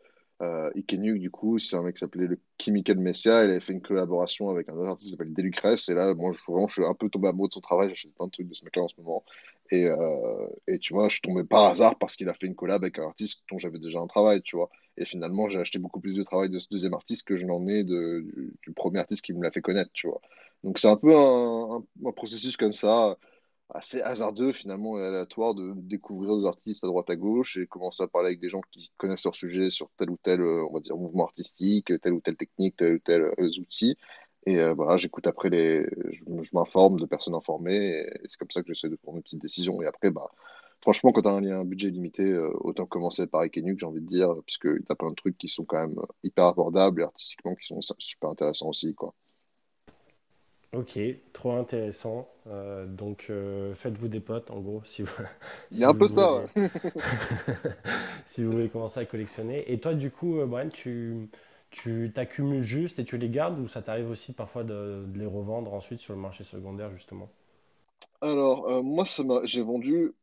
Euh, Ikenuke, du coup, c'est un mec qui s'appelait le Chemical Messiah. Il avait fait une collaboration avec un autre artiste qui s'appelle Delucrest. Et là, moi, je, vraiment, je suis un peu tombé amoureux de son travail. J'achète plein de trucs de ce mec-là en ce moment. Et, euh, et tu vois, je suis tombé par hasard parce qu'il a fait une collab avec un artiste dont j'avais déjà un travail, tu vois. Et finalement, j'ai acheté beaucoup plus de travail de ce deuxième artiste que je n'en ai de, du, du premier artiste qui me l'a fait connaître, tu vois. Donc, c'est un peu un, un, un processus comme ça assez hasardeux finalement et aléatoire de découvrir des artistes à droite à gauche et commencer à parler avec des gens qui connaissent leur sujet sur tel ou tel, euh, on va dire, mouvement artistique, tel ou tel technique, tel ou tel euh, outil. Et euh, voilà, j'écoute après les, je, je m'informe de personnes informées et, c'est comme ça que j'essaie de prendre mes petites décisions. Et après, bah, franchement, quand tu as un, un budget limité, euh, autant commencer par Ikenuke, j'ai envie de dire, puisque tu as plein de trucs qui sont quand même hyper abordables et artistiquement qui sont super intéressants aussi, quoi. Ok, trop intéressant. Euh, donc, euh, faites-vous des potes, en gros, si vous, Il y a si un vous peu ça, voulez, ouais. si vous voulez commencer à collectionner. Et toi, du coup, euh, Brian, tu, tu t'accumules juste et tu les gardes ou ça t'arrive aussi parfois de, de les revendre ensuite sur le marché secondaire, justement? Alors, euh, moi, ça m'a, j'ai vendu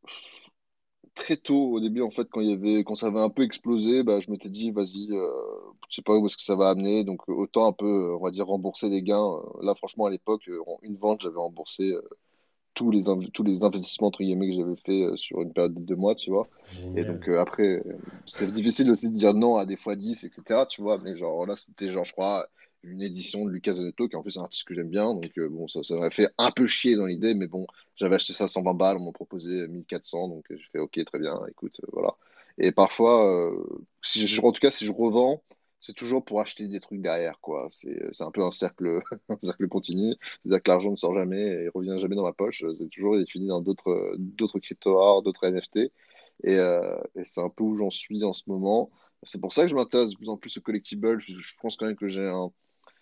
très tôt au début, en fait, quand il y avait, quand ça avait un peu explosé, bah, je m'étais dit, vas-y, euh, je sais pas où est-ce que ça va amener, donc euh, autant un peu, euh, on va dire, rembourser les gains. Euh, Là, franchement, à l'époque, euh, en une vente, j'avais remboursé euh, tous les, inv- tous les investissements, entre guillemets, que j'avais fait euh, sur une période de deux mois, tu vois. Et Génial. donc, euh, après, euh, c'est difficile aussi de dire non à des fois dix, et cetera, tu vois, mais genre, là, c'était genre, je crois, une édition de Lucas Zanetto, qui en plus est un artiste que j'aime bien, donc euh, bon, ça, ça m'aurait fait un peu chier dans l'idée, mais bon, j'avais acheté ça cent vingt balles, on m'en proposait mille quatre cents, donc euh, j'ai fait, ok, très bien, écoute, euh, voilà. Et parfois, euh, si je, en tout cas, si je revends, c'est toujours pour acheter des trucs derrière, quoi. C'est, c'est un peu un cercle, un cercle continu. C'est-à-dire que l'argent ne sort jamais et revient jamais dans ma poche. C'est toujours, il finit dans d'autres, d'autres crypto-art, d'autres N F T. Et, euh, et c'est un peu où j'en suis en ce moment. C'est pour ça que je m'intéresse de plus en plus aux collectibles. Parce que je pense quand même que j'ai un,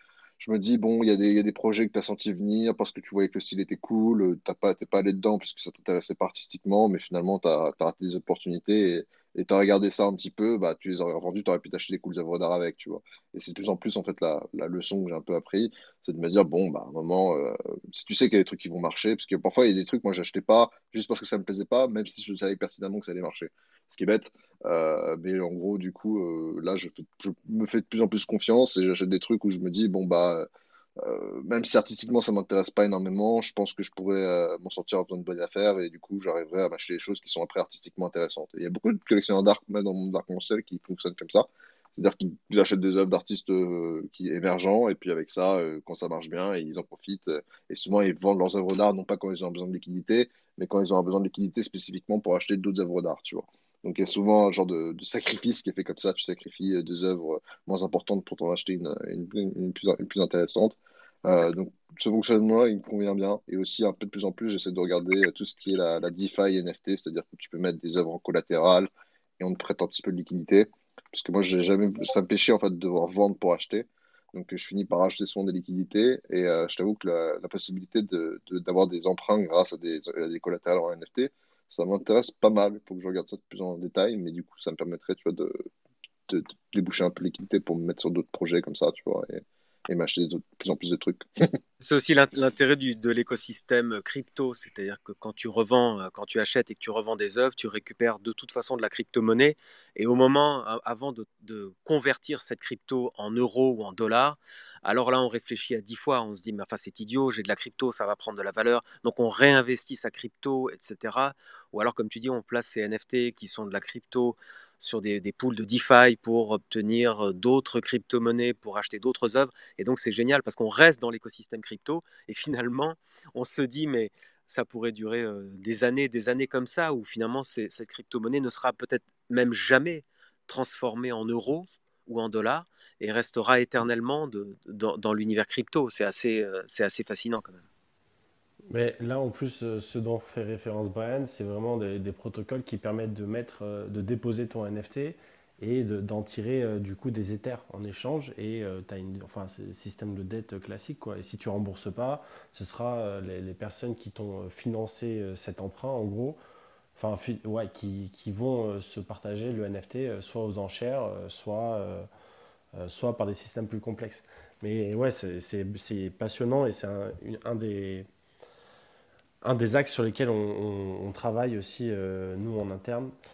je me dis, bon, il y a des, il y a des projets que tu as senti venir parce que tu voyais que le style était cool, euh, t'as pas, t'es pas allé dedans parce que ça t'intéressait pas artistiquement, mais finalement, tu as raté des opportunités et tu as regardé ça un petit peu, bah, tu les aurais revendus, tu aurais pu t'acheter des cooles œuvres d'art avec, tu vois. Et c'est de plus en plus, en fait, la, la leçon que j'ai un peu appris, c'est de me dire, bon, bah, à un moment, euh, si tu sais qu'il y a des trucs qui vont marcher, parce que parfois, il y a des trucs, moi, j'achetais pas juste parce que ça me plaisait pas, même si je savais pertinemment que ça allait marcher. Ce qui est bête, euh, mais en gros, du coup, euh, là, je, fais- je me fais de plus en plus confiance et j'achète des trucs où je me dis, bon, bah, euh, même si artistiquement ça m'intéresse pas énormément, je pense que je pourrais euh, m'en sortir en faisant de bonnes affaires et du coup, j'arriverai à m'acheter des choses qui sont après artistiquement intéressantes. Et il y a beaucoup de collectionneurs d'art, même dans le monde d'art-concept, qui fonctionnent comme ça. C'est-à-dire qu'ils achètent des œuvres d'artistes euh, qui émergents et puis avec ça, euh, quand ça marche bien, ils en profitent. euh, et souvent, ils vendent leurs œuvres d'art non pas quand ils ont besoin de liquidité, mais quand ils ont besoin de liquidité spécifiquement pour acheter d'autres œuvres d'art, tu vois. Donc il y a souvent un genre de, de sacrifice qui est fait comme ça. Tu sacrifies euh, deux œuvres moins importantes pour t'en acheter une, une, une, une plus, une plus intéressante. Euh, donc ce fonctionnement, il me convient bien. Et aussi, un peu de plus en plus, j'essaie de regarder euh, tout ce qui est la, la DeFi N F T, c'est-à-dire que tu peux mettre des œuvres en collatéral et on te prête un petit peu de liquidité. Parce que moi, j'ai jamais, ça me péchait en fait de devoir vendre pour acheter. Donc, je finis par acheter souvent des liquidités. Et euh, je t'avoue que la, la possibilité de, de- d'avoir des emprunts grâce à des, à des collatérales en N F T, ça m'intéresse pas mal. Il faut que je regarde ça de plus en détail. Mais du coup, ça me permettrait, tu vois, de, de, de déboucher un peu de liquidité pour me mettre sur d'autres projets comme ça, tu vois, et, et m'acheter de plus en plus de trucs. C'est aussi l'int- l'intérêt du- de l'écosystème crypto, c'est-à-dire que quand tu revends, euh, quand tu achètes et que tu revends des œuvres, tu récupères de toute façon de la crypto-monnaie. Et au moment, a- avant de, de convertir cette crypto en euros ou en dollars, alors là, on réfléchit à dix fois. On se dit, mais enfin, c'est idiot, j'ai de la crypto, ça va prendre de la valeur. Donc, on réinvestit sa crypto, et cetera. Ou alors, comme tu dis, on place ces N F T qui sont de la crypto sur des, des pools de DeFi pour obtenir euh, d'autres crypto-monnaies, pour acheter d'autres œuvres. Et donc, c'est génial parce qu'on reste dans l'écosystème crypto et finalement, on se dit, mais ça pourrait durer euh, des années, des années comme ça, où finalement, c'est- cette crypto-monnaie ne sera peut-être même jamais transformée en euros ou en dollars et restera éternellement de- dans, dans l'univers crypto. C'est assez, euh, c'est assez fascinant quand même. Mais là, en plus, euh, ce dont fait référence Brian, c'est vraiment des, des protocoles qui permettent de mettre, euh, de déposer ton N F T et de- d'en tirer euh, du coup des Ethers en échange. Et tu as une, enfin, c'est le système de dette classique, quoi. Et si tu rembourses pas, ce sera euh, les, les personnes qui t'ont euh, financé euh, cet emprunt, en gros, enfin, fi- ouais, qui, qui vont euh, se partager le N F T euh, soit aux enchères, euh, soit, euh, euh, soit par des systèmes plus complexes. Mais ouais, c'est c'est- c'est passionnant et c'est un, une- un des un des axes sur lesquels on, on- on travaille aussi, euh, nous, en interne.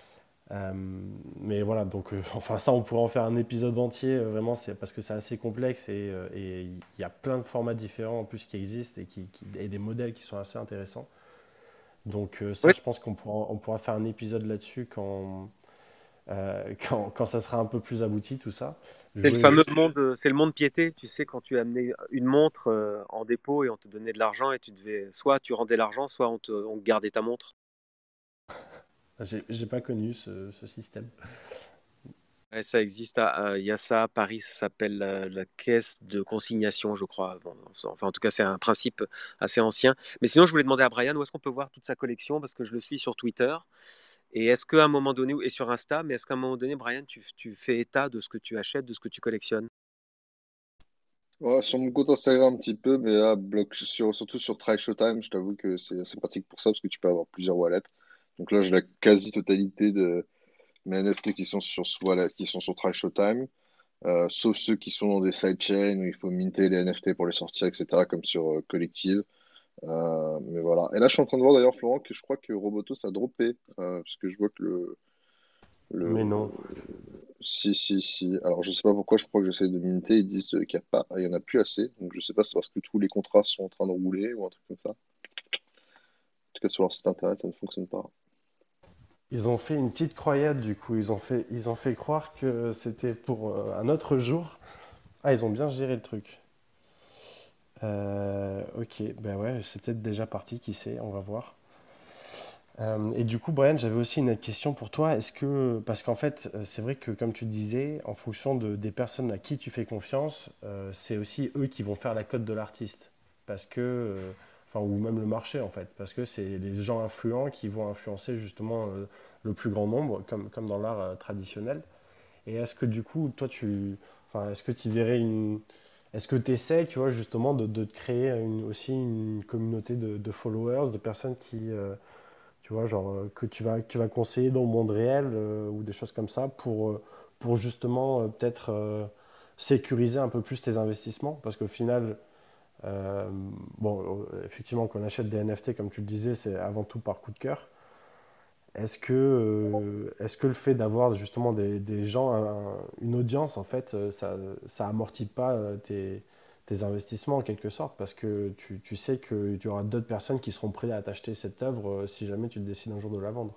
Euh, mais voilà, donc euh, enfin ça, on pourrait en faire un épisode entier, euh, vraiment, c'est parce que c'est assez complexe et euh, et il y a plein de formats différents en plus qui existent et, qui, qui- et des modèles qui sont assez intéressants. Donc euh, ça, Oui, je pense qu'on pourra, on pourra faire un épisode là-dessus quand, euh, quand, quand ça sera un peu plus abouti, tout ça. Je c'est le voulais fameux juste... monde, euh, c'est le monde piété. Tu sais, quand tu amenais une montre euh, en dépôt et on te donnait de l'argent et tu devais, soit tu rendais l'argent, soit on te, on gardait ta montre. J'ai j'ai pas connu ce, ce système. Ouais, ça existe, à- à- il y a ça à Paris, ça s'appelle la, la caisse de consignation, je crois. Bon, enfin, en tout cas, c'est un principe assez ancien. Mais sinon, je voulais demander à Brian où est-ce qu'on peut voir toute sa collection parce que je le suis sur Twitter. Et est-ce qu'à un moment donné, et sur Insta, mais est-ce qu'à un moment donné, Brian, tu, tu fais état de ce que tu achètes, de ce que tu collectionnes? Ouais, sur mon compte Instagram un petit peu, mais là, bloc, sur, surtout sur Try Showtime, je t'avoue que c'est assez pratique pour ça parce que tu peux avoir plusieurs wallets. Donc là, j'ai la quasi-totalité de mes N F T qui sont sur ce wallet, qui sont sur Try Showtime, euh, sauf ceux qui sont dans des sidechains où il faut minter les N F T pour les sortir, et cetera, comme sur euh, Collective. Euh, mais voilà. Et là, je suis en train de voir d'ailleurs, Florent, que je crois que Robotos a droppé, euh, parce que je vois que le, Mais le... non. Si, si, si. Alors, je sais pas pourquoi, je crois que j'essaie de minter, ils disent qu'il y a pas, il y en a plus assez. Donc, je sais pas, c'est parce que tous les contrats sont en train de rouler ou un truc comme ça. En tout cas, sur leur site internet, ça ne fonctionne pas. Ils ont fait une petite croyade, du coup. Ils ont fait, ils ont fait croire que c'était pour euh, un autre jour. Ah, ils ont bien géré le truc. Euh, ok, ben ouais, c'est peut-être déjà parti, qui sait, on va voir. Euh, et du coup, Brian, j'avais aussi une autre question pour toi. Est-ce que, parce qu'en fait, euh, c'est vrai que comme tu le disais, en fonction de, des personnes à qui tu fais confiance, euh, c'est aussi eux qui vont faire la cote de l'artiste. Parce que, euh, enfin, ou même le marché en fait, parce que c'est les gens influents qui vont influencer justement euh, le plus grand nombre, comme, comme dans l'art euh, traditionnel. Et est-ce que du coup, toi, tu, enfin, est-ce que tu verrais une, est-ce que tu essaies, tu vois, justement, de, de te créer une- aussi une communauté de, de followers, de personnes qui, euh, tu vois, genre, euh, que tu vas, que tu vas conseiller dans le monde réel euh, ou des choses comme ça pour, euh, pour justement euh, peut-être euh, sécuriser un peu plus tes investissements? Parce qu'au final, euh, bon, euh, effectivement, quand on achète des N F T, comme tu le disais, c'est avant tout par coup de cœur. Est-ce que, euh, est-ce que le fait d'avoir justement des, des gens, un- une audience, en fait, euh, ça, ça amortit pas euh, tes, tes investissements en quelque sorte, parce que tu, tu sais que tu auras d'autres personnes qui seront prêtes à t'acheter cette œuvre euh, si jamais tu décides un jour de la vendre.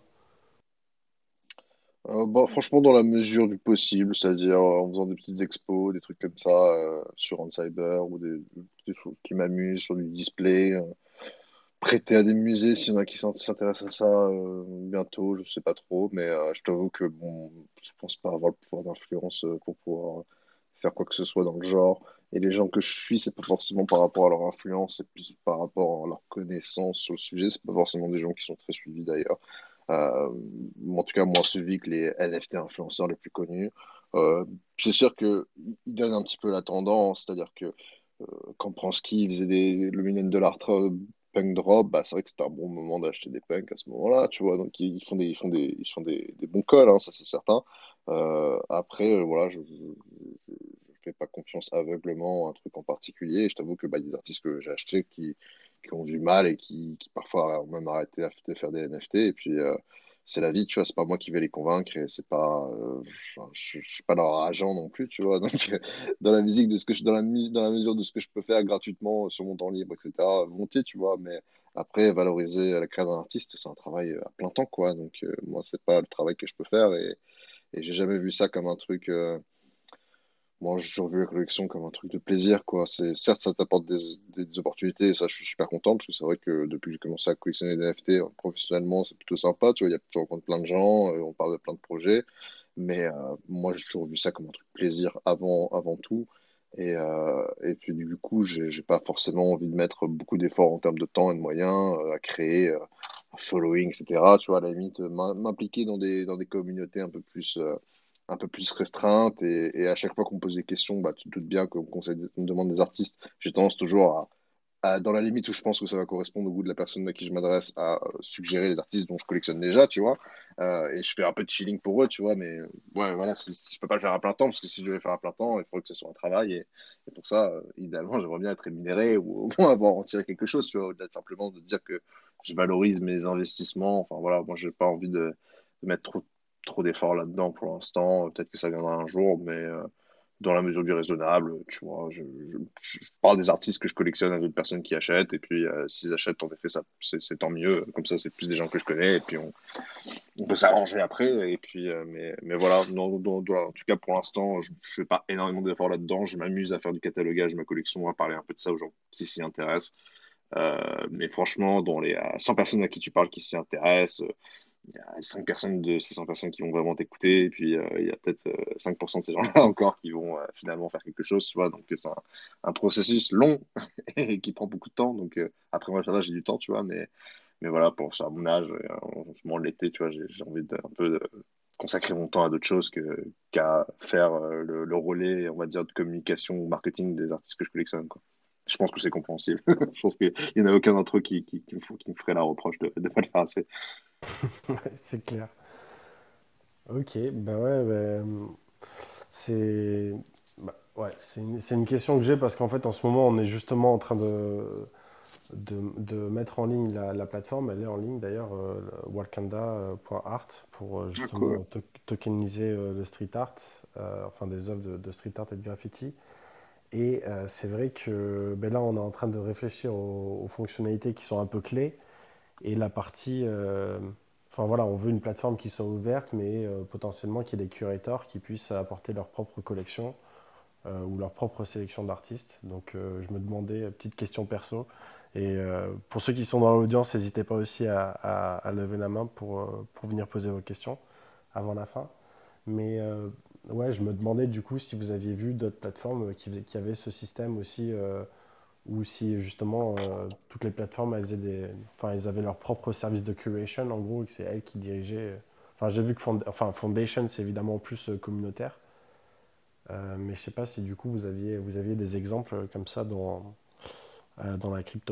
Euh, bah, franchement, dans la mesure du possible, c'est-à-dire euh, en faisant des petites expos, des trucs comme ça, euh, sur un cyber ou des, des trucs qui m'amusent, sur du display, euh, prêter à des musées s'il y en a qui s'int- s'intéressent à ça euh, bientôt, je sais pas trop, mais euh, je t'avoue que bon, je pense pas avoir le pouvoir d'influence euh, pour pouvoir faire quoi que ce soit dans le genre. Et les gens que je suis, c'est pas forcément par rapport à leur influence, c'est plus par rapport à leur connaissance sur le sujet. C'est pas forcément des gens qui sont très suivis d'ailleurs. Euh, en tout cas, moins suivis que les N F T influenceurs les plus connus. Euh, c'est sûr qu'ils donnent un petit peu la tendance, c'est-à-dire que euh, quand Pransky faisait des, le million de l'art punk drop, bah, c'est vrai que c'était un bon moment d'acheter des punks à ce moment-là, tu vois. Donc ils font des, ils font des, ils font des, des bons calls, hein, ça c'est certain. Euh, après, euh, voilà, je, je, je fais pas confiance aveuglement à un truc en particulier. Et je t'avoue que bah, des artistes que j'ai achetés qui, qui ont du mal et qui, qui parfois ont même arrêté de faire des N F T. Et puis, euh, c'est la vie, tu vois, c'est pas moi qui vais les convaincre et c'est pas, euh, je, je, je suis pas leur agent non plus, tu vois. Donc, euh, dans la musique, de ce que je, dans la, mu- dans la mesure de ce que je peux faire gratuitement sur mon temps libre, et cetera, volontiers, tu vois. Mais après, valoriser la carrière d'un artiste, c'est un travail à plein temps, quoi. Donc, euh, moi, c'est pas le travail que je peux faire et, et j'ai jamais vu ça comme un truc. euh, moi, j'ai toujours vu la collection comme un truc de plaisir, quoi. C'est, certes, ça t'apporte des, des, des opportunités, et ça, je suis super content, parce que c'est vrai que depuis que j'ai commencé à collectionner des N F T euh, professionnellement, c'est plutôt sympa, tu vois. Il y a, tu rencontres plein de gens, euh, on parle de plein de projets, mais euh, moi, j'ai toujours vu ça comme un truc de plaisir avant, avant tout. Et, euh, et puis, du coup, j'ai j'ai pas forcément envie de mettre beaucoup d'efforts en termes de temps et de moyens euh, à créer euh, un following, et cetera. Tu vois, à la limite, euh, m'im- m'impliquer dans des, dans des communautés un peu plus. euh, un peu plus restreinte et, et à chaque fois qu'on me pose des questions, bah, tu te doutes bien qu'on conseille- on me demande des artistes. J'ai tendance toujours à, à, dans la limite où je pense que ça va correspondre au goût de la personne à qui je m'adresse, à euh, suggérer les artistes dont je collectionne déjà, tu vois. Euh, et je fais un peu de chilling pour eux, tu vois, mais euh, ouais, voilà, si, si je peux pas le faire à plein temps, parce que si je vais faire à plein temps, il faudrait que ce soit un travail et, et pour ça, euh, idéalement, j'aimerais bien être rémunéré ou au moins avoir en tirer quelque chose, tu vois, au-delà de simplement de dire que je valorise mes investissements. Enfin voilà, moi, j'ai pas envie de, de mettre trop trop d'efforts là-dedans pour l'instant. Peut-être que ça viendra un jour, mais euh, dans la mesure du raisonnable, tu vois. Je, je- je parle des artistes que je collectionne à d'autres personnes qui achètent, et puis euh, s'ils achètent, en effet, ça, c'est c'est tant mieux. Comme ça, c'est plus des gens que je connais, et puis on, on peut s'arranger après. Et puis, euh, mais, mais voilà, non, non, voilà, en tout cas, pour l'instant, je ne fais pas énormément d'efforts là-dedans. Je m'amuse à faire du catalogage de ma collection, à parler un peu de ça aux gens qui s'y intéressent. Euh, mais franchement, dans les euh, cent personnes à qui tu parles qui s'y intéressent, euh, il y a cinq personnes de ces cent personnes qui vont vraiment t'écouter, et puis euh, il y a peut-être euh, cinq pour cent de ces gens-là encore qui vont euh, finalement faire quelque chose, tu vois. Donc c'est un, un processus long et qui prend beaucoup de temps. Donc euh, après, moi, ça va, j'ai du temps, tu vois, mais, mais voilà, pour ça, à mon âge, euh, en ce moment, l'été, tu vois, j'ai j'ai envie de, un peu de consacrer mon temps à d'autres choses que, qu'à faire euh, le, le relais, on va dire, de communication ou marketing des artistes que je collectionne, quoi. Je pense que c'est compréhensible. Je pense qu'il n'y en a aucun d'entre eux qui, qui, qui, me, f- qui me ferait la reproche de ne pas le faire assez. Ouais, c'est clair. Ok, bah ouais, bah, c'est bah, ouais, c'est une, c'est une question que j'ai parce qu'en fait, en ce moment, on est justement en train de, de, de mettre en ligne la, la plateforme. Elle est en ligne d'ailleurs, euh, wakanda point art, pour euh, Ah, cool. justement to- tokeniser euh, le street art, euh, enfin des œuvres de, de street art et de graffiti. Et euh, c'est vrai que ben là, on est en train de réfléchir aux, aux fonctionnalités qui sont un peu clés. Et la partie, euh, enfin voilà, on veut une plateforme qui soit ouverte, mais euh, potentiellement qu'il y ait des curators qui puissent apporter leur propre collection euh, ou leur propre sélection d'artistes. Donc euh, je me demandais, euh, petite question perso, et euh, pour ceux qui sont dans l'audience, n'hésitez pas aussi à, à- à lever la main pour, euh, pour venir poser vos questions avant la fin. Mais euh, ouais, je me demandais du coup si vous aviez vu d'autres plateformes qui, faisaient- qui avaient ce système aussi, euh, ou si justement euh, toutes les plateformes elles, faisaient des, enfin, elles avaient leur propre service de curation en gros et que c'est elles qui dirigeaient. euh, Enfin, j'ai vu que Fond- enfin, Foundation c'est évidemment plus euh, communautaire, euh, mais je sais pas si du coup vous aviez, vous aviez des exemples euh, comme ça dans, euh, dans la crypto.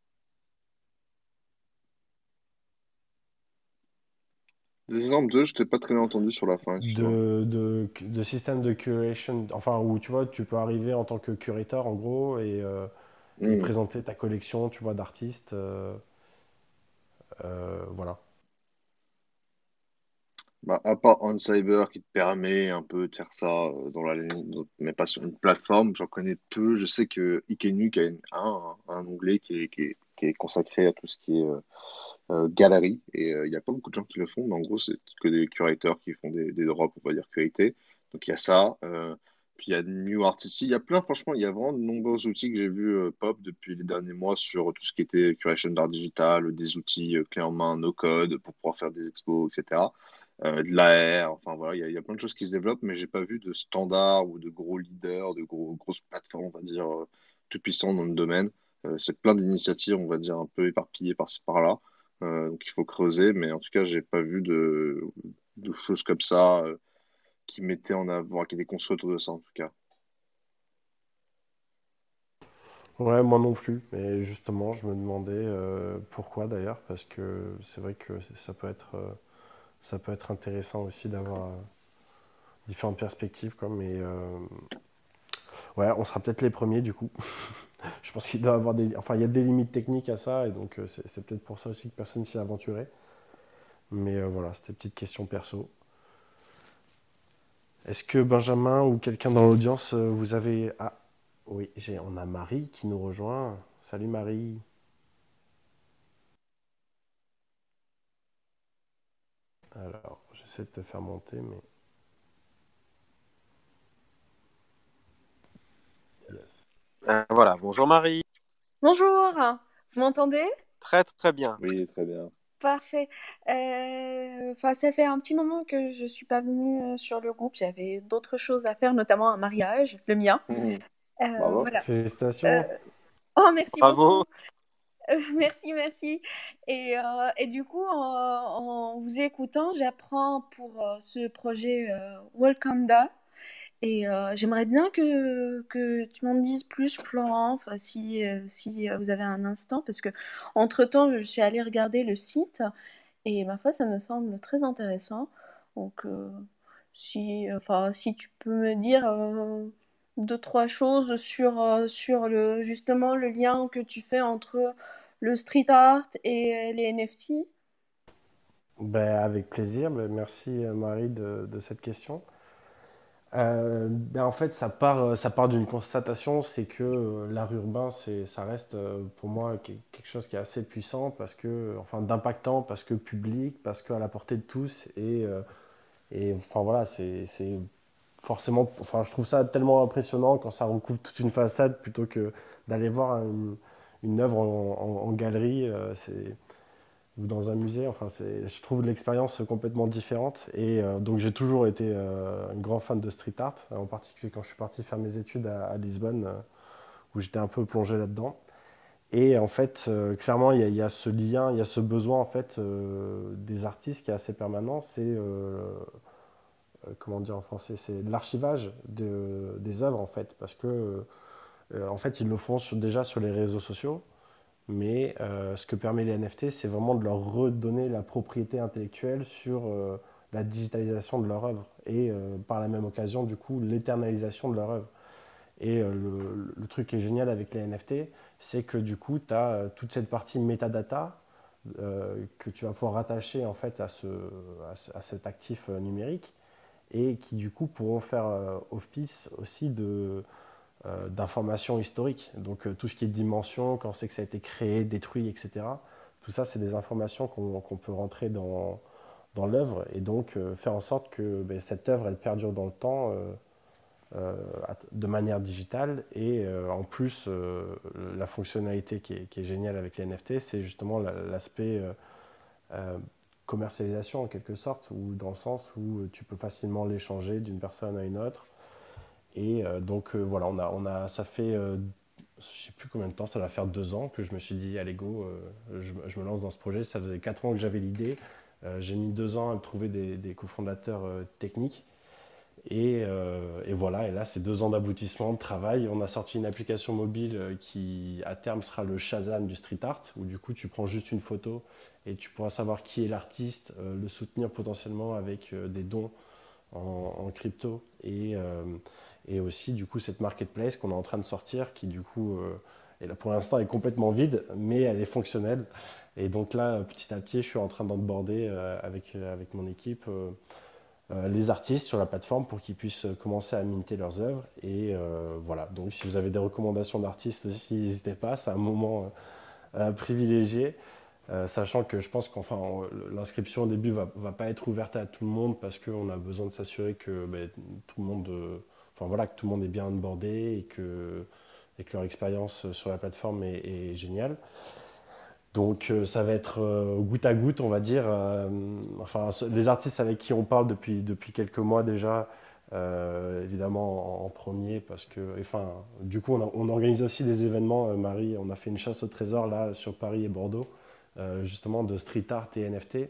Des exemples deux, je t'ai pas très bien entendu sur la fin, excuse-moi. De, de, de système de curation, enfin où tu vois, tu peux arriver en tant que curateur en gros et, euh, et Hmm. présenter ta collection, tu vois, d'artistes. euh, euh, voilà. Bah, à part OnCyber qui te permet un peu de faire ça euh, dans la ligne, mais pas sur une plateforme, j'en connais peu. Je sais que Ikenuk a une- un, un onglet qui est, qui est, qui est consacré à tout ce qui est euh, euh, galerie, et euh, il n'y a pas beaucoup de gens qui le font, mais en gros, c'est que des curateurs qui font des, des drops, on va dire, curatés. Donc il y a ça. Euh, puis il y a New Artisty. Il y a plein, franchement, il y a vraiment de nombreux outils que j'ai vu euh, pop depuis les derniers mois sur tout ce qui était curation d'art digital, des outils euh, clés en main, no code pour pouvoir faire des expos, et cetera. Euh, de l'A R, enfin voilà, il y, a, il y a plein de choses qui se développent, mais j'ai pas vu de standard ou de gros leaders, de gros, grosses plateformes, on va dire, euh, tout puissants dans le domaine. Euh, c'est plein d'initiatives, on va dire, un peu éparpillées par-ci par-là. Euh, donc il faut creuser, mais en tout cas, j'ai pas vu de, de choses comme ça euh, qui mettaient en avant, qui étaient construites autour de ça en tout cas. Ouais, moi non plus. Mais justement, je me demandais euh, pourquoi d'ailleurs, parce que c'est vrai que ça peut être, euh, ça peut être intéressant aussi d'avoir euh, différentes perspectives, quoi. Mais euh, ouais, on sera peut-être les premiers du coup. Je pense qu'il doit y avoir des, enfin, il y a des limites techniques à ça, et donc euh, c'est c'est peut-être pour ça aussi que personne s'y est aventuré. Mais euh, voilà, c'était une petite question perso. Est-ce que Benjamin ou quelqu'un dans l'audience, euh, vous avez... Ah, oui, j'ai, on a Marie qui nous rejoint. Salut Marie. Alors, j'essaie de te faire monter, mais... Yes. Euh, voilà, bonjour Marie. Bonjour, vous m'entendez? Très très bien. Oui, très bien. Parfait. Euh, Enfin, ça fait un petit moment que je suis pas venue euh, sur le groupe. J'avais d'autres choses à faire, notamment un mariage, le mien. Mhm. Euh, Bravo. voilà. Euh, Félicitations. oh, merci Bravo. beaucoup. Euh, merci, merci. Et, euh, et du coup, en, en vous écoutant, j'apprends pour euh, ce projet euh, Wakanda. Et euh, j'aimerais bien que, que tu m'en dises plus, Florent, enfin, si, euh, si euh, vous avez un instant, parce que entre-temps, je suis allée regarder le site et ma foi, ça me semble très intéressant. Donc, euh, si, enfin, si tu peux me dire euh, deux, trois choses sur, euh, sur le, justement le lien que tu fais entre le street art et les N F T. Ben, avec plaisir. Ben, merci euh, Marie de, de cette question. Euh, ben, en fait, ça part, euh, ça part d'une constatation, c'est que euh, l'art urbain, c'est, ça reste euh, pour moi que- quelque chose qui est assez puissant parce que, enfin, d'impactant, parce que public, parce qu'à la portée de tous et, euh, et enfin voilà, c'est, c'est forcément, enfin, je trouve ça tellement impressionnant quand ça recouvre toute une façade plutôt que d'aller voir une, une œuvre en, en- en galerie. Euh, c'est ou dans un musée. Enfin, c'est, je trouve l'expérience complètement différente. Et euh, donc, j'ai toujours été euh, un grand fan de street art, en particulier quand je suis parti faire mes études à, à Lisbonne, euh, où j'étais un peu plongé là-dedans. Et en fait, euh, clairement, il y, a- il y a ce lien, il y a ce besoin en fait euh, des artistes qui est assez permanent. C'est euh, euh, comment dire en français, c'est l'archivage de- des œuvres en fait, parce que euh, en fait, ils le font sur- déjà sur les réseaux sociaux. Mais euh, ce que permet les N F T, c'est vraiment de leur redonner la propriété intellectuelle sur euh, la digitalisation de leur œuvre et euh, par la même occasion, du coup, l'éternalisation de leur œuvre. Et euh, le, le truc qui est génial avec les N F T, c'est que du coup, tu as euh, toute cette partie metadata euh, que tu vas pouvoir rattacher en fait à, ce, à, ce- à cet actif euh, numérique et qui du coup pourront faire euh, office aussi de, euh, d'informations historiques. Donc euh, tout ce qui est dimension, quand c'est que ça a été créé, détruit, et cetera. Tout ça, c'est des informations qu'on qu'on peut rentrer dans, dans l'œuvre et donc euh, faire en sorte que ben, cette œuvre, elle perdure dans le temps euh, euh, de manière digitale. Et euh, en plus, euh, la fonctionnalité qui est, qui est géniale avec les N F T, c'est justement la- l'aspect euh, euh, commercialisation en quelque sorte, ou dans le sens où tu peux facilement l'échanger d'une personne à une autre. Et euh, donc euh, voilà, on a, on a, ça fait, euh, je sais plus combien de temps, ça va faire deux ans que je me suis dit, allez go, euh, je, je me lance dans ce projet. Ça faisait quatre ans que j'avais l'idée. Euh, j'ai mis deux ans à trouver des, des cofondateurs euh, techniques. Et, euh, et voilà, et là, c'est deux ans d'aboutissement, de travail. On a sorti une application mobile euh, qui, à terme, sera le Shazam du street art, où du coup, tu prends juste une photo et tu pourras savoir qui est l'artiste, euh, le soutenir potentiellement avec euh, des dons en, en crypto et, euh, et aussi du coup cette marketplace qu'on est en train de sortir qui du coup euh, est là, pour l'instant est complètement vide mais elle est fonctionnelle et donc là petit à petit je suis en train d'onboarder euh, avec, euh, avec mon équipe euh, euh, les artistes sur la plateforme pour qu'ils puissent commencer à minter leurs œuvres et euh, voilà, donc si vous avez des recommandations d'artistes aussi n'hésitez pas, c'est un moment euh, privilégié. Euh, sachant que je pense qu'enfin on- l'inscription au début va, va pas être ouverte à tout le monde parce qu'on a besoin de s'assurer que ben, tout le monde, euh, enfin voilà, que tout le monde est bien onboardé et que, et que leur expérience sur la plateforme est, est géniale. Donc euh, ça va être euh, goutte à goutte, on va dire. Euh, enfin, ce- les artistes avec qui on parle depuis, depuis quelques mois déjà, euh, évidemment en, en premier, parce que, enfin, du coup, on, a- on organise aussi des événements, euh, Marie. On a fait une chasse au trésor là sur Paris et Bordeaux, euh, justement de street art et N F T.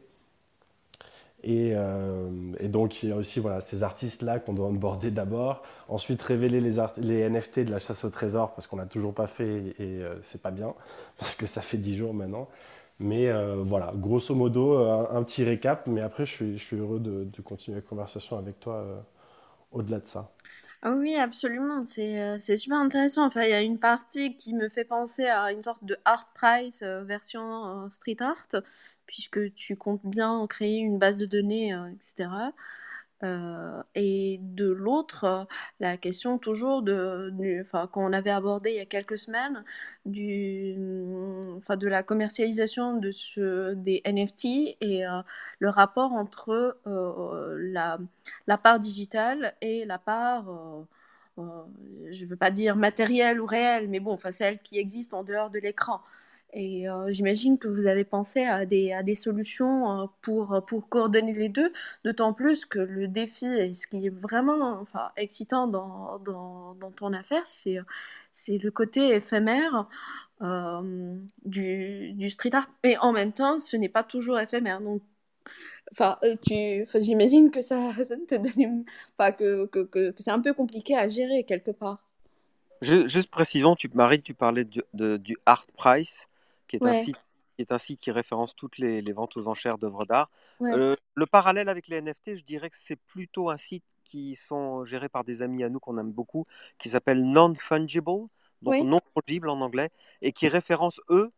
Et, euh, et donc, il y a aussi voilà, ces artistes-là qu'on doit onboarder d'abord. Ensuite, révéler les, art- les N F T de la chasse au trésor, parce qu'on n'a toujours pas fait et, et, euh, c'est pas bien, parce que ça fait dix jours maintenant. Mais euh, voilà, grosso modo, un, un petit récap. Mais après, je suis, je suis heureux de, de continuer la conversation avec toi euh, au-delà de ça. Ah oui, absolument, c'est euh, c'est super intéressant. Enfin, il y a une partie qui me fait penser à une sorte de art price euh, version euh, street art, puisque tu comptes bien créer une base de données, euh, et cetera. Euh, et de l'autre, euh, la question toujours de, du, enfin, qu'on avait abordé il y a quelques semaines, du, enfin, de la commercialisation de ce, des N F T et euh, le rapport entre euh, la, la part digitale et la part, euh, euh, je ne veux pas dire matérielle ou réelle, mais bon, enfin, celle qui existe en dehors de l'écran. Et euh, j'imagine que vous avez pensé à des, à des solutions euh, pour, pour coordonner les deux. D'autant plus que le défi, et ce qui est vraiment enfin, excitant dans, dans, dans ton affaire, c'est, c'est le côté éphémère euh, du, du street art. Et en même temps, ce n'est pas toujours éphémère. Donc, enfin, euh, tu, enfin, j'imagine que ça, ça te donne une- enfin, que, que, que, que c'est un peu compliqué à gérer quelque part. Ju- Juste précisons, tu, Marie, tu parlais du, de- du Art Price, qui est un Ouais, site, qui est un site qui référence toutes les, les ventes aux enchères d'œuvres d'art. ouais, Euh, le parallèle avec les N F T, je dirais que c'est plutôt un site qui sont gérés par des amis à nous qu'on aime beaucoup, qui s'appelle Non-Fungible, donc oui, non fongible en anglais, et qui référence eux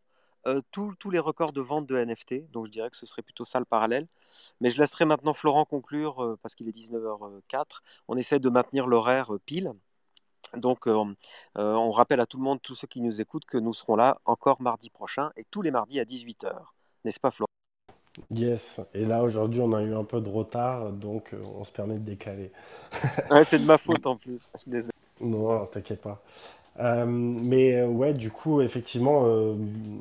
euh, tous tous les records de vente de N F T. Donc je dirais que ce serait plutôt ça le parallèle. Mais je laisserai maintenant Florent conclure euh, parce qu'il est dix-neuf heures zéro quatre. On essaie de maintenir l'horaire euh, pile. Donc euh, euh, on rappelle à tout le monde, tous ceux qui nous écoutent, que nous serons là encore mardi prochain et tous les mardis à dix-huit heures. N'est-ce pas, Florent? Yes. Et là, aujourd'hui, on a eu un peu de retard, donc euh, on se permet de décaler. Ouais, c'est de ma faute en plus. Je suis désolé. Non, t'inquiète pas. Euh, mais euh, ouais, du coup, effectivement, euh,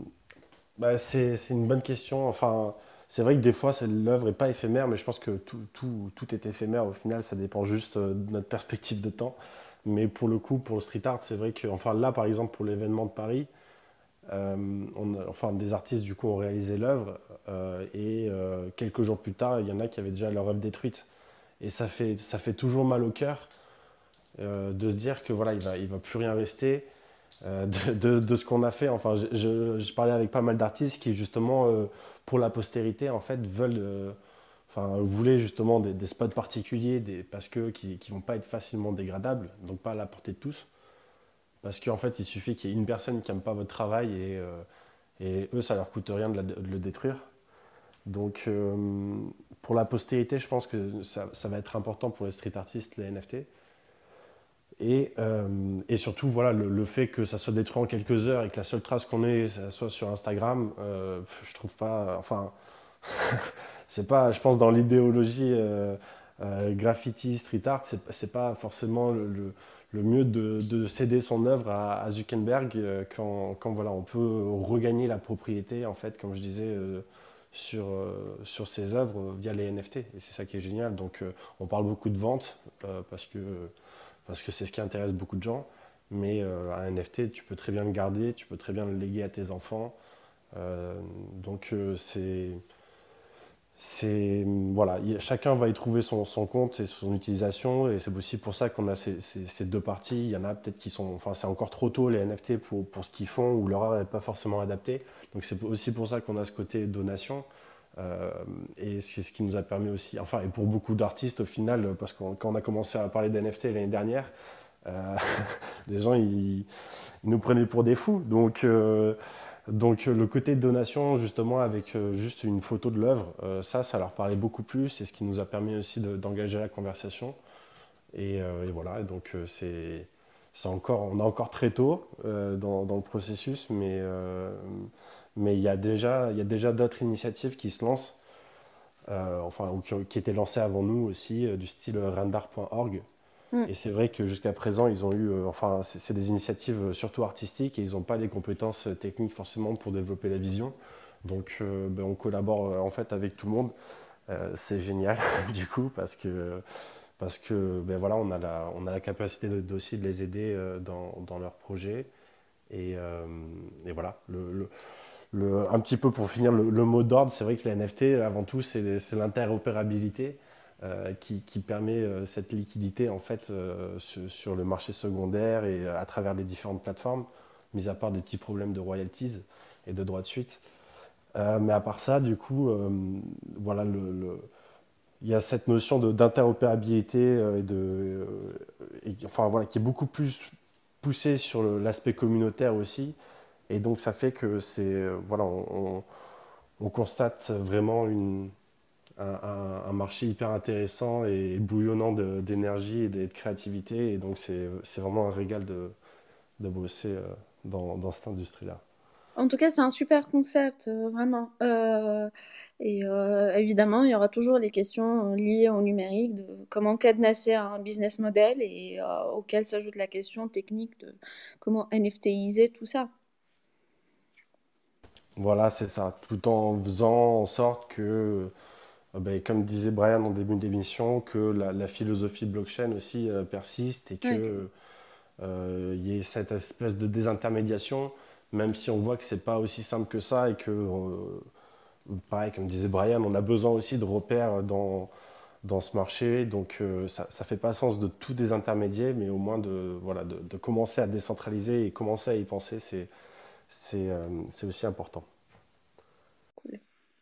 bah, c'est, c'est une bonne question. Enfin, c'est vrai que des fois, c'est, l'œuvre n'est pas éphémère, mais je pense que tout, tout, tout est éphémère au final. Ça dépend juste euh, de notre perspective de temps. Mais pour le coup, pour le street art, c'est vrai que, enfin là, par exemple, pour l'événement de Paris, euh, on a- enfin, des artistes du coup ont réalisé l'œuvre euh, et euh, quelques jours plus tard, il y en a qui avaient déjà leur œuvre détruite. Et ça fait, ça fait toujours mal au cœur euh, de se dire que voilà, il va, il va plus rien rester euh, de, de- de ce qu'on a fait. Enfin, je, je, je parlais avec pas mal d'artistes qui justement, euh, pour la postérité, en fait, veulent, euh, enfin, voulaient justement des, des spots particuliers, des, parce que qui, qui vont pas être facilement dégradables, donc pas à la portée de tous. Parce qu'en fait, il suffit qu'il y ait une personne qui n'aime pas votre travail et, euh, et eux, ça leur coûte rien de, la- de le détruire. Donc, euh, pour la postérité, je pense que ça, ça va être important pour les street artistes, les N F T. Et, euh, et surtout, voilà, le, le fait que ça soit détruit en quelques heures et que la seule trace qu'on ait, ça soit sur Instagram, euh, je trouve pas. Enfin, c'est pas, je pense, dans l'idéologie euh, euh, graffiti, street art, c'est c'est pas forcément le, le- le mieux de, de céder son œuvre à, à Zuckerberg euh, quand, quand, voilà, on peut regagner la propriété, en fait, comme je disais, euh, sur, euh, sur ses œuvres euh, via les N F T. Et c'est ça qui est génial. Donc, euh, on parle beaucoup de vente euh, parce que parce que c'est ce qui intéresse beaucoup de gens. Mais euh, un N F T, tu peux très bien le garder, tu peux très bien le léguer à tes enfants. Euh, donc euh, c'est, c'est, voilà, y a- chacun va y trouver son, son compte et son utilisation. Et c'est aussi pour ça qu'on a ces, ces- ces deux parties. Il y en a peut-être qui sont, enfin c'est encore trop tôt les N F T pour, pour ce qu'ils font ou leur art n'est pas forcément adapté. Donc c'est aussi pour ça qu'on a ce côté donation. Euh, et c'est ce qui nous a permis aussi, enfin, et pour beaucoup d'artistes au final, parce que quand on a commencé à parler d'N F T l'année dernière, euh, les gens ils, ils nous prenaient pour des fous. Donc, euh, donc le côté de donation, justement, avec euh, juste une photo de l'œuvre, euh, ça, ça leur parlait beaucoup plus. C'est ce qui nous a permis aussi de- d'engager la conversation. Et, euh, et voilà, et donc euh, c'est, c'est encore, on est encore très tôt euh, dans, dans le processus, mais euh, mais il y a déjà, il y a déjà d'autres initiatives qui se lancent, euh, enfin, ou qui, ont- qui étaient lancées avant nous aussi, euh, du style randar point org. Mm. Et c'est vrai que jusqu'à présent, ils ont eu, euh, enfin, c'est c'est des initiatives euh, surtout artistiques et ils n'ont pas les compétences euh, techniques forcément pour développer la vision. Donc, euh, ben, on collabore euh, en fait avec tout le monde. Euh, c'est génial du coup parce que parce que ben voilà, on a la, on a la capacité de- aussi de les aider euh, dans, dans leurs projets. Et, euh, et voilà, le, le- le- un petit peu pour finir le, le mot d'ordre, c'est vrai que les N F T, avant tout, c'est c'est l'interopérabilité euh, qui, qui permet euh, cette liquidité en fait euh, sur, sur le marché secondaire et euh, à travers les différentes plateformes, mis à part des petits problèmes de royalties et de droits de suite. Euh, mais à part ça, du coup, euh, voilà, le, le- il y a cette notion de- d'interopérabilité euh, et de, euh, et- enfin voilà, qui est beaucoup plus poussée sur le- l'aspect communautaire aussi. Et donc ça fait que c'est, euh, voilà, on, on- on constate vraiment une, un, un- un marché hyper intéressant et bouillonnant de- d'énergie et de créativité. Et donc c'est c'est vraiment un régal de, de bosser euh, dans, dans cette industrie-là. En tout cas, c'est un super concept, euh, vraiment. Euh, et euh, évidemment, il y aura toujours les questions euh, liées au numérique, de comment cadenasser un business model et euh, auquel s'ajoute la question technique de comment NFTiser tout ça. Voilà, c'est ça. Tout en faisant en sorte que, euh, ben, comme disait Brian en début d'émission, que la, la philosophie blockchain aussi euh, persiste et Oui. que euh, il y ait cette espèce de désintermédiation, même si on voit que c'est pas aussi simple que ça et que, euh, pareil, comme disait Brian, on a besoin aussi de repères dans, dans ce marché. Donc euh, ça ne fait pas sens de tout désintermédier, mais au moins de, voilà, de, de commencer à décentraliser et commencer à y penser, c'est c'est euh, c'est aussi important. Cool.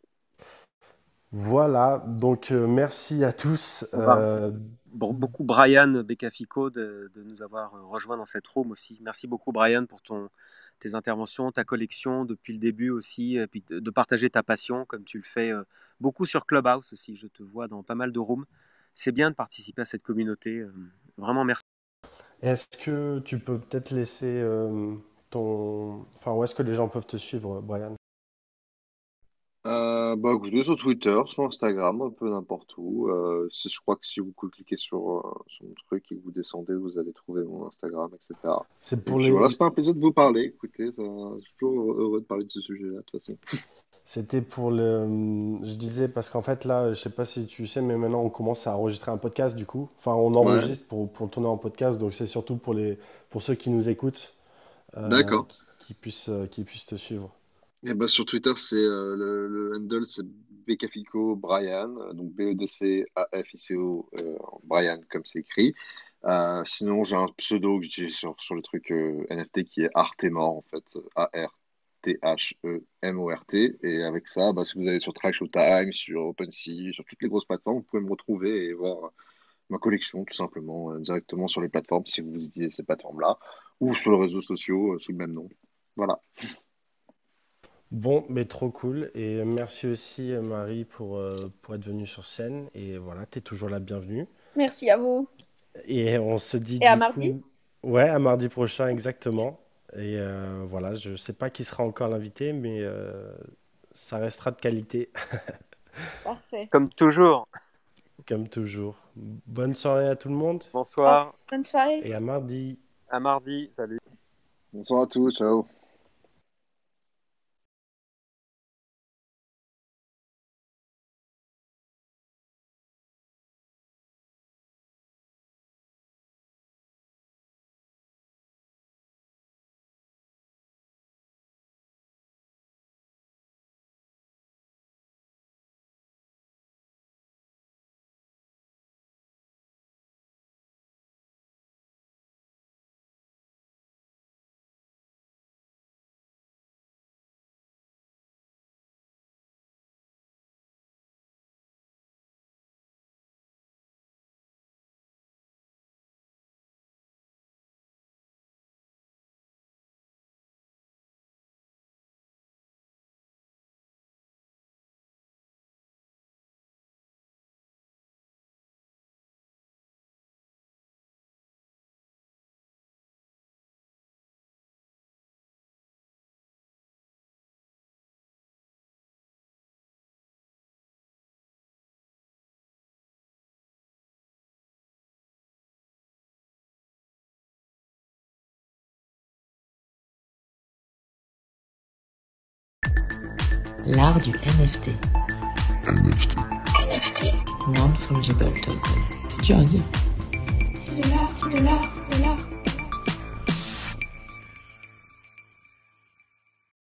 Voilà, donc euh, merci à tous. On va Euh, Bon, beaucoup Brian Becafico de, de nous avoir rejoint dans cette room aussi. Merci beaucoup Brian pour ton, tes interventions, ta collection depuis le début aussi, et puis de, de partager ta passion comme tu le fais euh, beaucoup sur Clubhouse aussi. Je te vois dans pas mal de rooms. C'est bien de participer à cette communauté. euh, vraiment, merci. Est-ce que tu peux peut-être laisser euh, ton... Enfin, où est-ce que les gens peuvent te suivre, Brian? Euh, bah, écoutez, sur Twitter, sur Instagram, un peu n'importe où. Euh, si- je crois que si vous cliquez sur, euh, sur mon truc et que vous descendez, vous allez trouver mon Instagram, et cetera. C'est Et pour puis voilà, les... c'était un plaisir de vous parler. Écoutez, ça- je suis toujours heureux de parler de ce sujet-là, de toute façon. C'était pour le... Je disais, parce qu'en fait, là, je sais pas si tu sais, mais maintenant, on commence à enregistrer un podcast, du coup. Enfin, on Ouais, enregistre pour, pour le tourner en podcast, donc c'est surtout pour les, pour ceux qui nous écoutent, euh, d'accord. qui, qui puissent, euh, qui puissent te suivre. Et bah, sur Twitter, c'est euh, le, le handle, c'est Bcafico Brian, euh, donc B E D C A F I C O, euh, Brian, comme c'est écrit. Euh, sinon, j'ai un pseudo que j'utilise sur, sur le truc euh, N F T qui est Artemor, en fait, A R T H E M O R T. Et avec ça, bah, si vous allez sur Track Showtime, sur OpenSea, sur toutes les grosses plateformes, vous pouvez me retrouver et voir ma collection, tout simplement, euh, directement sur les plateformes, si vous utilisez ces plateformes-là, ou sur les réseaux sociaux, euh, sous le même nom. Voilà. Bon, mais trop cool. Et merci aussi, euh, Marie, pour, euh, pour être venue sur scène. Et voilà, t'es toujours la bienvenue. Merci à vous. Et on se dit Et à du mardi. coup, ouais, à mardi prochain, exactement. Et euh, voilà, je sais pas qui sera encore l'invité, mais euh, ça restera de qualité, Parfait. Comme toujours. comme toujours. Bonne soirée à tout le monde Au- Bonsoir. Bonne soirée. et à mardi. À mardi. Salut. Bonsoir à tous, ciao. L'art du N F T. N F T. Non-fungible token. C'est dur à dire. C'est de l'art, c'est de l'art, c'est de l'art.